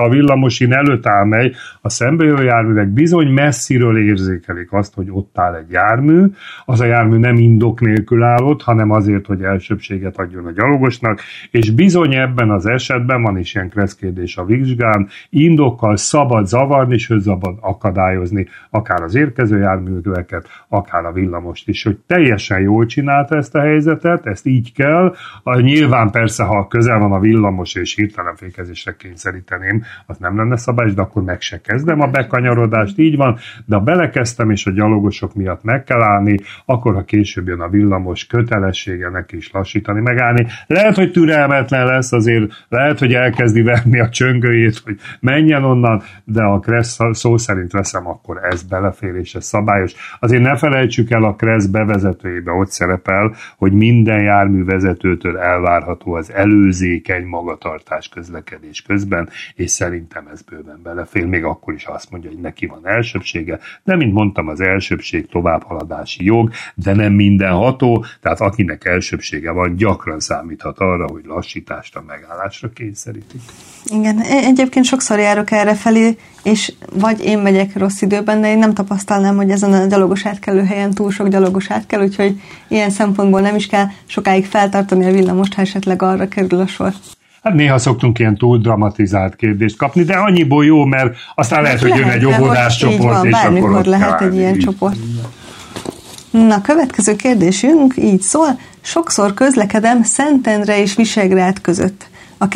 hogyha a villamosín előtt áll a szembejövő járművek bizony messziről érzékelik azt, hogy ott áll egy jármű, az a jármű nem indok nélkül áll ott, hanem azért, hogy elsőbbséget adjon a gyalogosnak, és bizony ebben az esetben van is ilyen kresszkérdés a vizsgán, indokkal szabad zavarni, sőt szabad akadályozni akár az érkező járműveket, akár a villamost is, hogy teljesen jól csinálta ezt a helyzetet, ezt így kell. Nyilván persze, ha közel van a villamos és hirtelen fékezésre kényszeríteném, az nem lenne szabályos, de akkor meg se kezdem a bekanyarodást, így van, de ha belekezdtem és a gyalogosok miatt meg kell állni, akkor ha később jön a villamos, kötelessége neki is lassítani, megállni. Lehet, hogy türelmetlen lesz, azért lehet, hogy elkezdi verni a csöngőjét, hogy menjen onnan, de a Kressz szó szerint veszem, akkor ez belefér és ez szabályos. Azért ne felejtsük el, a Kressz bevezetőjébe ott szerepel, hogy minden járművezetőtől elvárható az előzékeny magatartás közlekedés közben, és szerintem ez bőven belefér, még akkor is azt mondja, hogy neki van elsőbbsége, de mint mondtam, az elsőbbség továbbhaladási jog, de nem mindenható, tehát akinek elsőbbsége van, gyakran számíthat arra, hogy lassítást a megállásra kényszerítik. Igen, egyébként sokszor járok errefelé, és vagy én megyek rossz időben, de én nem tapasztalnám, hogy ezen a gyalogos átkelőhelyen túl sok gyalogos átkel, úgyhogy ilyen szempontból nem is kell sokáig feltartani a villamost, ha esetleg arra kerül a sor. Hát néha szoktunk ilyen túl dramatizált kérdést kapni, de annyiból jó, mert aztán lehet, hogy jön egy óvodás csoport, és bármikor akkor ott lehet egy ilyen csoport. Na, következő kérdésünk így szól. Sokszor közlekedem Szentendre és Visegrád között. A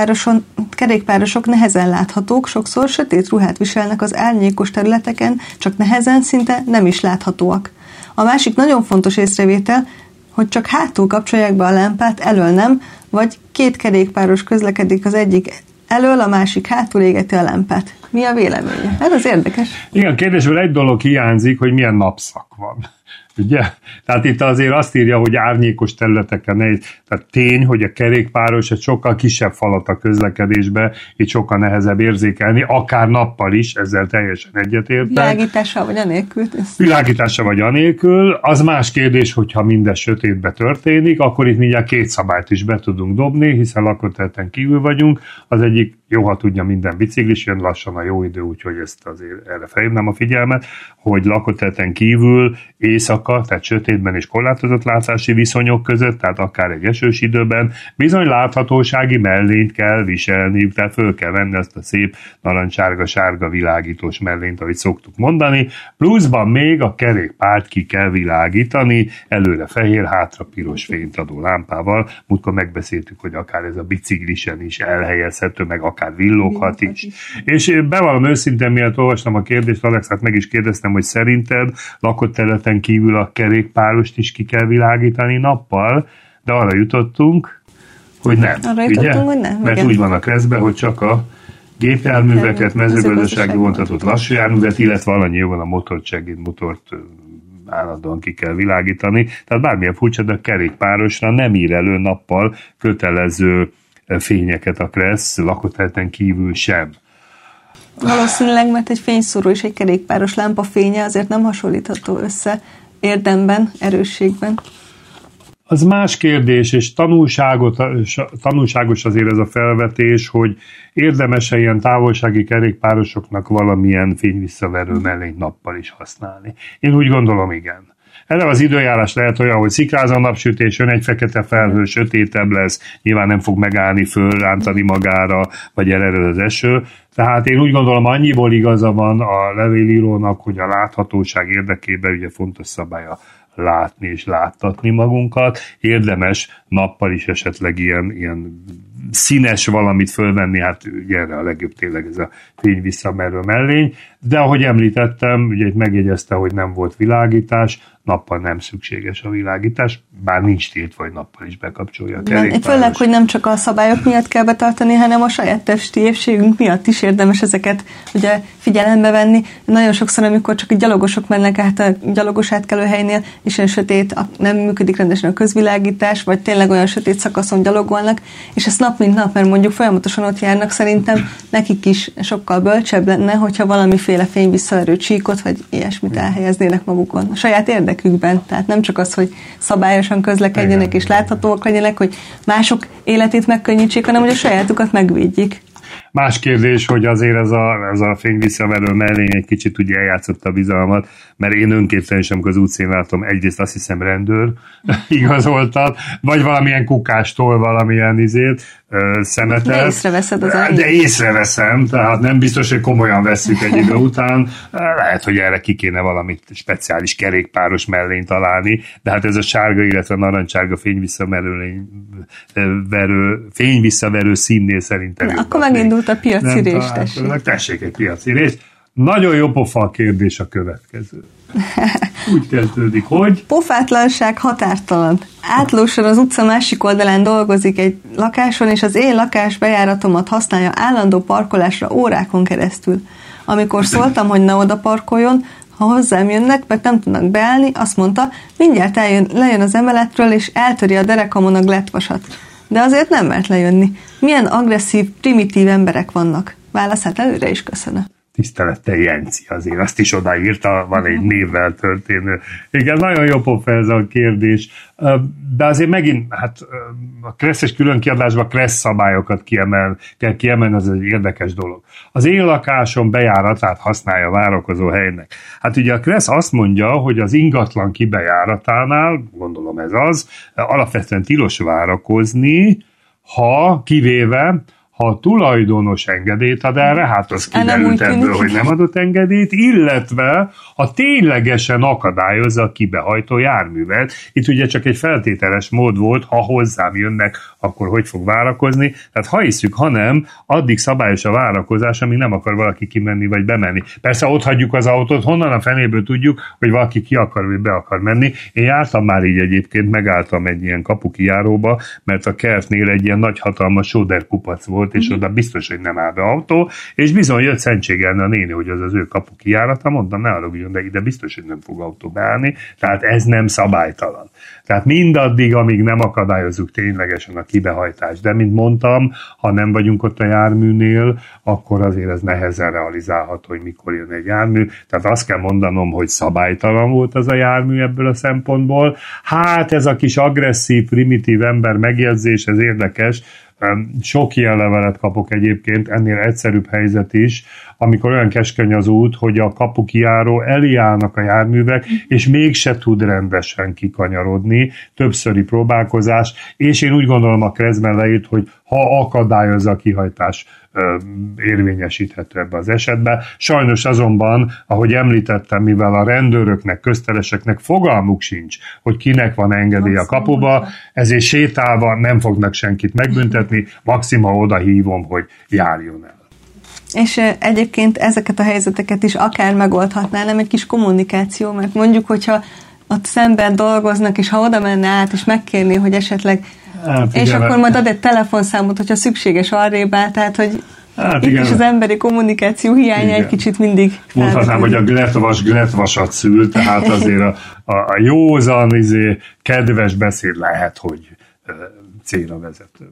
kerékpárosok nehezen láthatók, sokszor sötét ruhát viselnek az árnyékos területeken, csak nehezen, szinte nem is láthatóak. A másik nagyon fontos észrevétel, hogy csak hátul kapcsolják be a lámpát, elől nem, vagy két kerékpáros közlekedik, az egyik elől, a másik hátul égeti a lámpát. Mi a véleménye? Ez az érdekes. Igen, kérdésből egy dolog hiányzik, hogy milyen napszak van. Ugye? Tehát itt azért azt írja, hogy árnyékos területeken nehéz. Tehát tény, hogy a kerékpáros egy sokkal kisebb falat a közlekedésbe, így sokkal nehezebb érzékelni, akár nappal is, ezzel teljesen egyetértek. Világítással vagy anélkül? Világítással vagy anélkül. Az más kérdés, hogyha mindez sötétbe történik, akkor itt mindjárt két szabályt is be tudunk dobni, hiszen lakóterületen kívül vagyunk. Az egyik, jó, ha tudja, minden biciklis, jön lassan a jó idő, úgyhogy ezt azért erre felhívnám a figyelmet, hogy lakóterületen kívül éjszaka, tehát sötétben és korlátozott látszási viszonyok között, tehát akár egy esős időben bizony láthatósági mellényt kell viselniük, tehát föl kell venni azt a szép narancsárga-sárga világítós mellényt, ahogy szoktuk mondani, pluszban még a kerékpárt ki kell világítani, előre fehér, hátra piros fényt adó lámpával. Múltkor megbeszéltük, hogy akár ez a biciklisen is elhelyezhető, meg akár villoghat is. És bevallom őszintén, miatt olvastam a kérdést, Alexát meg is kérdeztem, hogy szerinted lakott területen kívül a kerékpárost is ki kell világítani nappal, de arra jutottunk, hogy nem. Hogy nem. Mert igen. úgy van a Kresszben, hogy csak a gépjárműveket, mezőgazdasági vontatott lassú járművet, illetve alanyjában a motort állandóan ki kell világítani. Tehát bármilyen furcsa, de a kerékpárosra nem ír elő nappal kötelező fényeket a Kressz, lakóterületen kívül sem. Valószínűleg, mert egy fényszóró és egy kerékpáros lámpa fénye azért nem hasonlítható össze érdemben, erősségben. Az más kérdés, és tanulságos azért ez a felvetés, hogy érdemes-e ilyen távolsági kerékpárosoknak valamilyen fényvisszaverő mellényt nappal is használni. Én úgy gondolom, igen. Erre az időjárás lehet olyan, hogy szikráz a napsütés, jön egy fekete felhő, sötétebb lesz, nyilván nem fog megállni, fölrántani magára, vagy elerőd az eső. Tehát én úgy gondolom, annyiból igaza van a levélírónak, hogy a láthatóság érdekében ugye fontos szabálya látni és láttatni magunkat. Érdemes nappal is esetleg ilyen színes valamit fölvenni, hát ugye erre a legjobb tényleg ez a fényvisszamerő mellény, de ahogy említettem, ugye itt megjegyezte, hogy nem volt világítás, nappal nem szükséges a világítás, bár nincs tiltva, hogy nappal is bekapcsolja a kerékpáros. Főleg, hogy nem csak a szabályok miatt kell betartani, hanem a saját testi épségünk miatt is érdemes ezeket ugye figyelembe venni. Nagyon sokszor, amikor csak a gyalogosok mennek át a gyalogos átkelőhelynél, és olyan sötét, nem működik rendesen a közvilágítás, vagy tényleg olyan sötét szakaszon gyalogolnak, és ezt nap mint nap, mert mondjuk folyamatosan ott járnak, szerintem nekik is sokkal bölcsebb lenne, hogyha valamiféle fényvisszaverő csíkot, vagy ilyesmit elhelyeznének magukon. A saját érdekükben. Tehát nem csak az, hogy szabályosan közlekedjenek és láthatóak legyenek, hogy mások életét megkönnyítsék, hanem hogy a sajátukat megvédjék. Más kérdés, hogy azért ez a fényvisszaverő mellény egy kicsit ugye eljátszott a bizalmat, mert én önkéntelen is, amikor az útszín látom, egyrészt azt hiszem rendőr igazoltat, vagy valamilyen kukástól valamilyen szemetet. De észreveszed az elején. De észreveszem, tehát nem biztos, hogy komolyan vesszük egy idő után. Lehet, hogy erre ki kéne valamit speciális kerékpáros mellényt találni, de hát ez a sárga, illetve narancsárga fényvisszaverő színnél szerintem. Akkor megindult a piaci rés, tessék egy piaci rés. Nagyon jó pofa a kérdés a következő. Úgy kezdődik, hogy... Pofátlanság határtalan. Átlósan az utca másik oldalán dolgozik egy lakáson, és az én lakás bejáratomat használja állandó parkolásra órákon keresztül. Amikor szóltam, hogy ne oda parkoljon, ha hozzám jönnek, mert nem tudnak beállni, azt mondta, mindjárt lejön az emeletről, és eltöri a derekamon a glettvasat. De azért nem mert lejönni. Milyen agresszív, primitív emberek vannak. Válaszát előre is köszönöm. Tisztelettel Jenci, azért azt is odaírta, van egy névvel történő. Igen, nagyon jó pofa ez a kérdés, de azért megint, hát a Kresszes különkiadásban Kressz szabályokat kell kiemelni, az egy érdekes dolog. Az én lakásom bejáratát használja várakozó helynek. Hát ugye a Kressz azt mondja, hogy az ingatlan kibejáratánál, gondolom ez az, alapvetően tilos várakozni, ha a tulajdonos engedélyt ad erre, hát az kiderült ebből, hogy nem adott engedélyt, illetve ha ténylegesen akadályozza a kibehajtó járművet. Itt ugye csak egy feltételes mód volt, ha hozzám jönnek, akkor hogy fog várakozni. Tehát ha hiszük, ha nem, addig szabályos a várakozás, amíg nem akar valaki kimenni vagy bemenni. Persze ott hagyjuk az autót, honnan a fenéből tudjuk, hogy valaki ki akar vagy be akar menni. Én jártam már így egyébként, megálltam egy ilyen kapukijáróba, mert a kertnél egy ilyen nagy hatalmas sóderkupac volt, és oda biztos, hogy nem áll be autó, és bizony jött szentségelni a néni, hogy az az ő kapukijárata, mondtam, ne haragudjon, de ide biztos, hogy nem fog autó beállni, tehát ez nem szabálytalan. Tehát mindaddig, amíg nem akadályozzuk ténylegesen a kibehajtást, de mint mondtam, ha nem vagyunk ott a járműnél, akkor azért ez nehezen realizálható, hogy mikor jön egy jármű, tehát azt kell mondanom, hogy szabálytalan volt az a jármű ebből a szempontból. Hát ez a kis agresszív, primitív ember megjegyzés, ez érdekes. Sok ilyen levelet kapok egyébként, ennél egyszerűbb helyzet is, amikor olyan keskeny az út, hogy a kapukijáró elé állnak a járművek, és mégse tud rendesen kikanyarodni, többszöri próbálkozás, és én úgy gondolom a Kresszben leírt, hogy ha akadályozza a kihajtás, érvényesíthető ebbe az esetben. Sajnos azonban, ahogy említettem, mivel a rendőröknek, köztereseknek fogalmuk sincs, hogy kinek van engedély a kapuba, ezért sétálva nem fognak senkit megbüntetni, maximum oda hívom, hogy járjon el. És egyébként ezeket a helyzeteket is akár megoldhatná, nem egy kis kommunikáció, mert mondjuk, hogyha ott szemben dolgoznak, és ha oda menne át, és megkérni, hogy esetleg és akkor majd ad egy telefonszámot, hogyha szükséges arrébb áll, tehát hogy itt is az emberi kommunikáció hiánya egy kicsit mindig mondhatnám, hogy a gletvasat szül, tehát azért a józan, kedves beszéd lehet, hogy célra vezetőbb.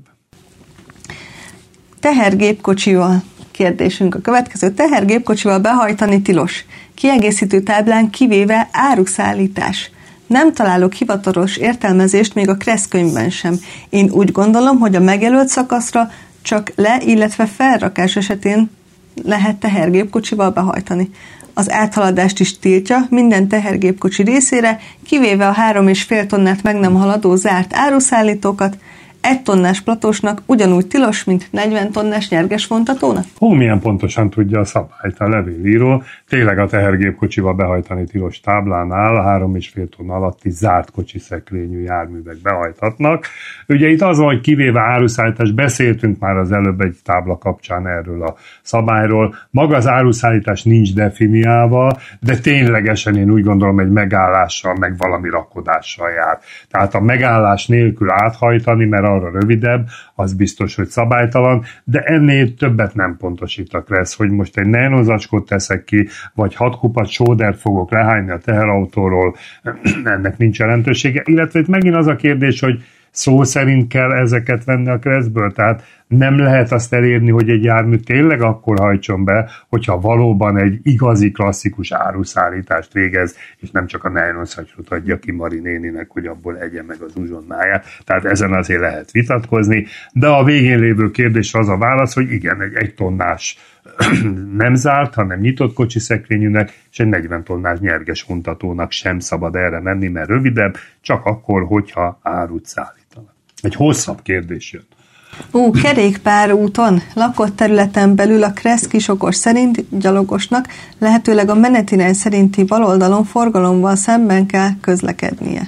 Tehergépkocsival. Kérdésünk a következő. Tehergépkocsival behajtani tilos. Kiegészítő táblán kivéve áruszállítás. Nem találok hivatalos értelmezést még a Kressz könyvben sem. Én úgy gondolom, hogy a megjelölt szakaszra csak illetve felrakás esetén lehet tehergépkocsival behajtani. Az áthaladást is tiltja minden tehergépkocsi részére, kivéve a 3,5 tonnát meg nem haladó zárt áruszállítókat, 1 tonnás platósnak ugyanúgy tilos, mint 40 tonnás nyerges vontatónak? Milyen pontosan tudja a szabályt a levélíró. Tényleg a tehergépkocsival behajtani tilos táblánál a 3,5 tonna alatti zárt kocsiszekrényű járművek behajthatnak. Ugye itt az van, hogy kivéve áruszállítás, beszéltünk már az előbb egy tábla kapcsán erről a szabályról. Maga az áruszállítás nincs definiálva, de ténylegesen én úgy gondolom, egy megállással, meg valami rakodással jár. Tehát a megállás nélkül áthajtani, mert arra rövidebb, az biztos, hogy szabálytalan, de ennél többet nem pontosít a Kressz, hogy most egy nylonzacskót teszek ki, vagy 6 kupac sódert fogok lehányni a teherautóról, ennek nincs jelentősége. Illetve itt megint az a kérdés, hogy szó szerint kell ezeket venni a Kresszből, tehát Nem lehet azt elérni, hogy egy jármű tényleg akkor hajtson be, hogyha valóban egy igazi klasszikus áruszállítást végez, és nem csak a nejlonszatyrot adja ki Mari néninek, hogy abból egye meg az uzsonnáját. Tehát ezen azért lehet vitatkozni, de a végén lévő kérdésre az a válasz, hogy igen, egy 1 tonnás nem zárt, hanem nyitott kocsiszekrényűnek, és egy 40 tonnás nyerges vontatónak sem szabad erre menni, mert rövidebb, csak akkor, hogyha árut szállítanak. Egy hosszabb kérdés jön. Kerékpárúton, lakott területen belül a Kressz Kisokos szerint gyalogosnak lehetőleg a menetirány szerinti baloldalon forgalomban szemben kell közlekednie.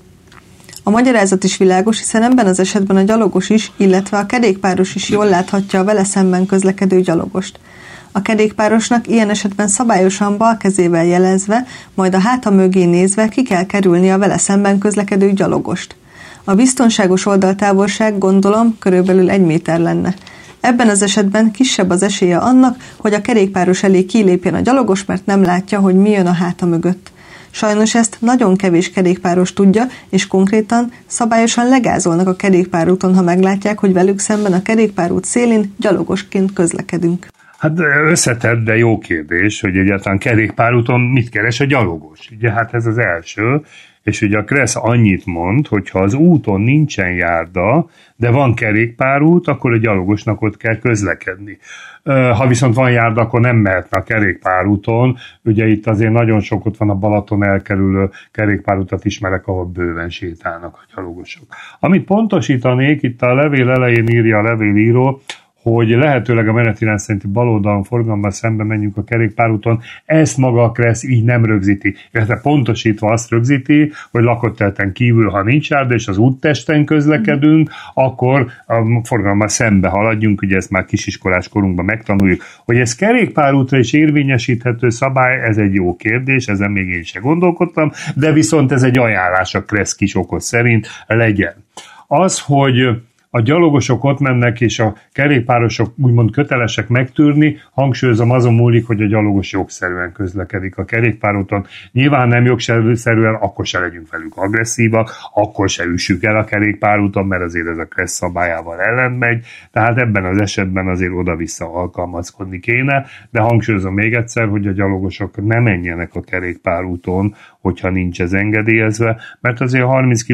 A magyarázat is világos, hiszen ebben az esetben a gyalogos is, illetve a kerékpáros is jól láthatja a vele szemben közlekedő gyalogost. A kerékpárosnak ilyen esetben szabályosan bal kezével jelezve, majd a háta mögé nézve ki kell kerülni a vele szemben közlekedő gyalogost. A biztonságos oldaltávolság, gondolom, körülbelül 1 méter lenne. Ebben az esetben kisebb az esélye annak, hogy a kerékpáros elé kilépjen a gyalogos, mert nem látja, hogy mi jön a háta mögött. Sajnos ezt nagyon kevés kerékpáros tudja, és konkrétan szabályosan legázolnak a kerékpárúton, ha meglátják, hogy velük szemben a kerékpárút szélén gyalogosként közlekedünk. Hát összetett, de jó kérdés, hogy egyáltalán kerékpárúton mit keres a gyalogos. Ugye hát ez az első, és ugye a Kressz annyit mond, hogy ha az úton nincsen járda, de van kerékpárút, akkor a gyalogosnak ott kell közlekedni. Ha viszont van járda, akkor nem mehetne a kerékpárúton. Ugye itt azért nagyon sok ott van a Balaton elkerülő kerékpárútat ismerek, ahol bőven sétálnak a gyalogosok. Amit pontosítanék, itt a levél elején írja a levélíró, hogy lehetőleg a menetirány szerinti baloldalon forgalomban szembe menjünk a kerékpárúton, ezt maga a Kressz így nem rögzíti. Illetve pontosítva azt rögzíti, hogy lakott területen kívül, ha nincs járda, és az úttesten közlekedünk, akkor a forgalomban szembe haladjunk, ugye ezt már kisiskolás korunkban megtanuljuk. Hogy ez kerékpárútra is érvényesíthető szabály, ez egy jó kérdés, ezen még én sem gondolkodtam, de viszont ez egy ajánlás a Kressz Kisokos szerint legyen. Az, hogy a gyalogosok ott mennek, és a kerékpárosok úgymond kötelesek megtűrni, hangsúlyozom, azon múlik, hogy a gyalogos jogszerűen közlekedik a kerékpárúton. Nyilván nem jogszerűen, akkor se legyünk velük agresszívak, akkor se üssük el a kerékpárúton, mert azért ez a Kressz szabályával ellen megy, tehát ebben az esetben azért oda-vissza alkalmazkodni kéne, de hangsúlyozom még egyszer, hogy a gyalogosok ne menjenek a kerékpárúton, hogyha nincs ez engedélyezve, mert azért 30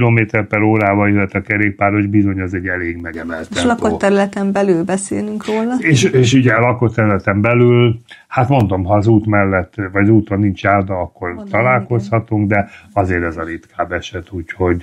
km/h jöhet a kerékpáros, bizony az egy elég megemelt tempó. És lakott területen belül beszélünk róla. És ugye a lakott területen belül, hát mondom, ha az út mellett, vagy az úton nincs járda, akkor mondom, találkozhatunk, igen. De azért ez a ritkább eset, úgyhogy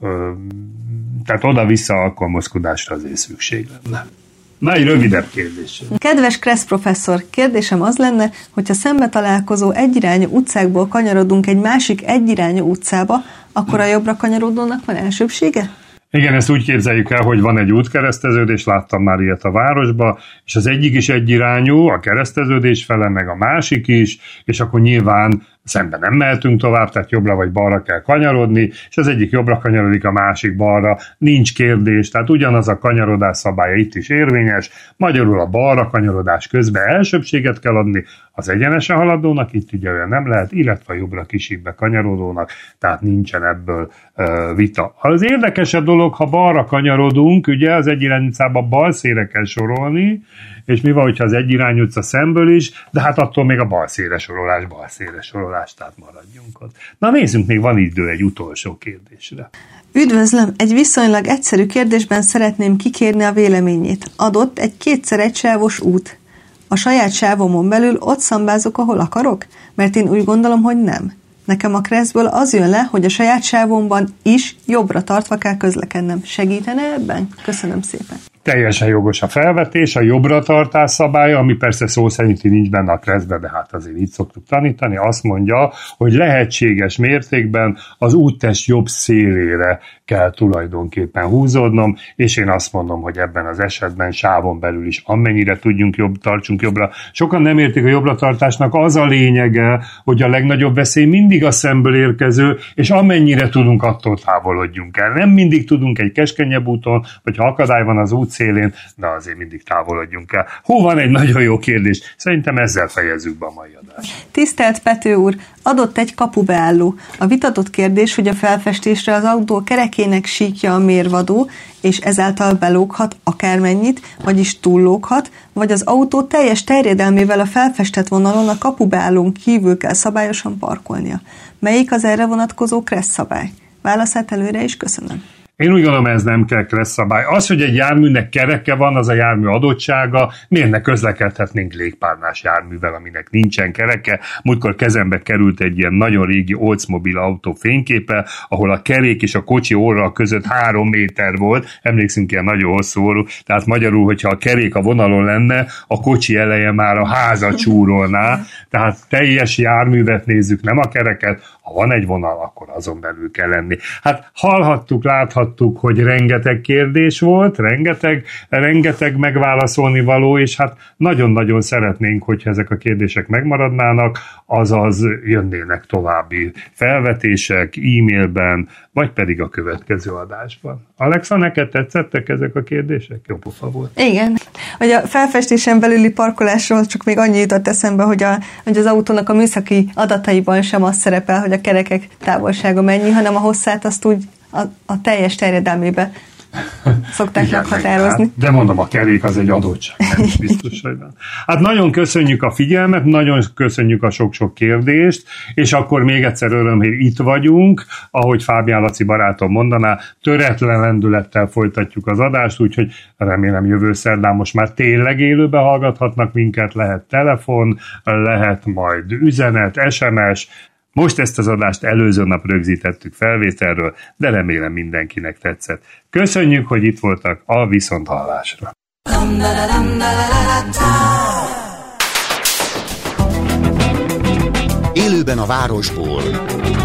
tehát oda-vissza alkalmazkodásra azért szükség lenne. Na, egy rövidebb kérdés. Kedves Kressz professzor, kérdésem az lenne, hogyha szembe találkozó egyirányú utcákból kanyarodunk egy másik egyirányú utcába, akkor a jobbra kanyarodónak van elsőbsége? Igen, ezt úgy képzeljük el, hogy van egy útkereszteződés, láttam már ilyet a városba, és az egyik is egyirányú, a kereszteződés fele, meg a másik is, és akkor nyilván szemben nem mehetünk tovább, tehát jobbra vagy balra kell kanyarodni, és az egyik jobbra kanyarodik, a másik balra, nincs kérdés, tehát ugyanaz a kanyarodás szabálya itt is érvényes, magyarul a balra kanyarodás közben elsőbséget kell adni az egyenesen haladónak, itt ugye olyan nem lehet, illetve a jobbra kisikbe kanyarodónak, tehát nincsen ebből vita. Az érdekesebb dolog, ha balra kanyarodunk, ugye az egyirányú utcába balszélre kell sorolni, és mi van, hogyha az egyirányú utca szemből is, de hát attól még a balszélre sorolás, tehát maradjunk ott. Na nézzünk, még van idő egy utolsó kérdésre. Üdvözlöm! Egy viszonylag egyszerű kérdésben szeretném kikérni a véleményét. Adott egy 2x1 sávos út. A saját sávomon belül ott szambázok, ahol akarok? Mert én úgy gondolom, hogy nem. Nekem a Kresszből az jön le, hogy a saját sávomban is jobbra tartva kell közlekednem. Segítene ebben? Köszönöm szépen. Teljesen jogos a felvetés, a jobbra tartás szabálya, ami persze szó szerinti nincs benne a Kresszben, de hát azért így szoktuk tanítani, azt mondja, hogy lehetséges mértékben az úttest jobb szélére kell tulajdonképpen húzódnom, és én azt mondom, hogy ebben az esetben sávon belül is amennyire tudjunk tartsunk jobbra. Sokan nem értik a jobbra tartásnak, az a lényege, hogy a legnagyobb veszély mindig a szemből érkező, és amennyire tudunk, attól távolodjunk el. Nem mindig tudunk egy keskenyebb úton, vagy ha akadály van az út útszélén, de azért mindig távolodjunk el. Van egy nagyon jó kérdés. Szerintem ezzel fejezzük be a mai adást. Tisztelt Pető úr, adott egy kapubeálló. A vitatott kérdés, hogy a felfestésre az autó kerekének síkja a mérvadó, és ezáltal belóghat akármennyit, vagyis túllóghat, vagy az autó teljes terjedelmével a felfestett vonalon a kapubeállón kívül kell szabályosan parkolnia. Melyik az erre vonatkozó kressz szabály? Válaszát előre is köszönöm. Én úgy gondolom, ez nem kell kressz szabály. Az, hogy egy járműnek kereke van, az a jármű adottsága, miért ne közlekedhetnénk légpárnás járművel, aminek nincsen kereke. Múltkor kezembe került egy ilyen nagyon régi Oldsmobile autó fényképe, ahol a kerék és a kocsi orra között 3 méter volt, emlékszünk, ilyen nagyon hosszú orrú, tehát magyarul, hogyha a kerék a vonalon lenne, a kocsi eleje már a házat csúrolná, tehát teljes járművet nézzük, nem a kereket. Ha van egy vonal, akkor azon belül kell lenni. Hát hallhattuk, láthattuk, hogy rengeteg kérdés volt, rengeteg megválaszolni való, és hát nagyon-nagyon szeretnénk, hogyha ezek a kérdések megmaradnának, azaz jönnének további felvetések, e-mailben, vagy pedig a következő adásban. Alexa, neked tetszettek ezek a kérdések? Jó pofa volt. Igen. Hogy a felfestésen belüli parkolásról csak még annyi jutott eszembe, hogy az autónak a műszaki adataiban sem az szerepel, hogy a kerekek távolsága mennyi, hanem a hosszát azt úgy a teljes terjedelmébe szokták meghatározni. Hát, de mondom, a kerék az egy adottság. Biztos, hogy van. Hát nagyon köszönjük a figyelmet, nagyon köszönjük a sok-sok kérdést, és akkor még egyszer öröm, hogy itt vagyunk, ahogy Fábián Laci barátom mondaná, töretlen lendülettel folytatjuk az adást, úgyhogy remélem jövő szerdán most már tényleg élőben hallgathatnak minket, lehet telefon, lehet majd üzenet, SMS. Most ezt az adást előző nap rögzítettük felvételről, de remélem mindenkinek tetszett. Köszönjük, hogy itt voltak, a viszonthallásra! Élőben a városból.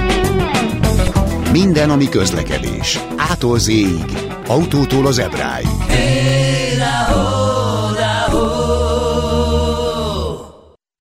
Minden, ami közlekedés. A-tól Z-ig. Autótól az Ebráig.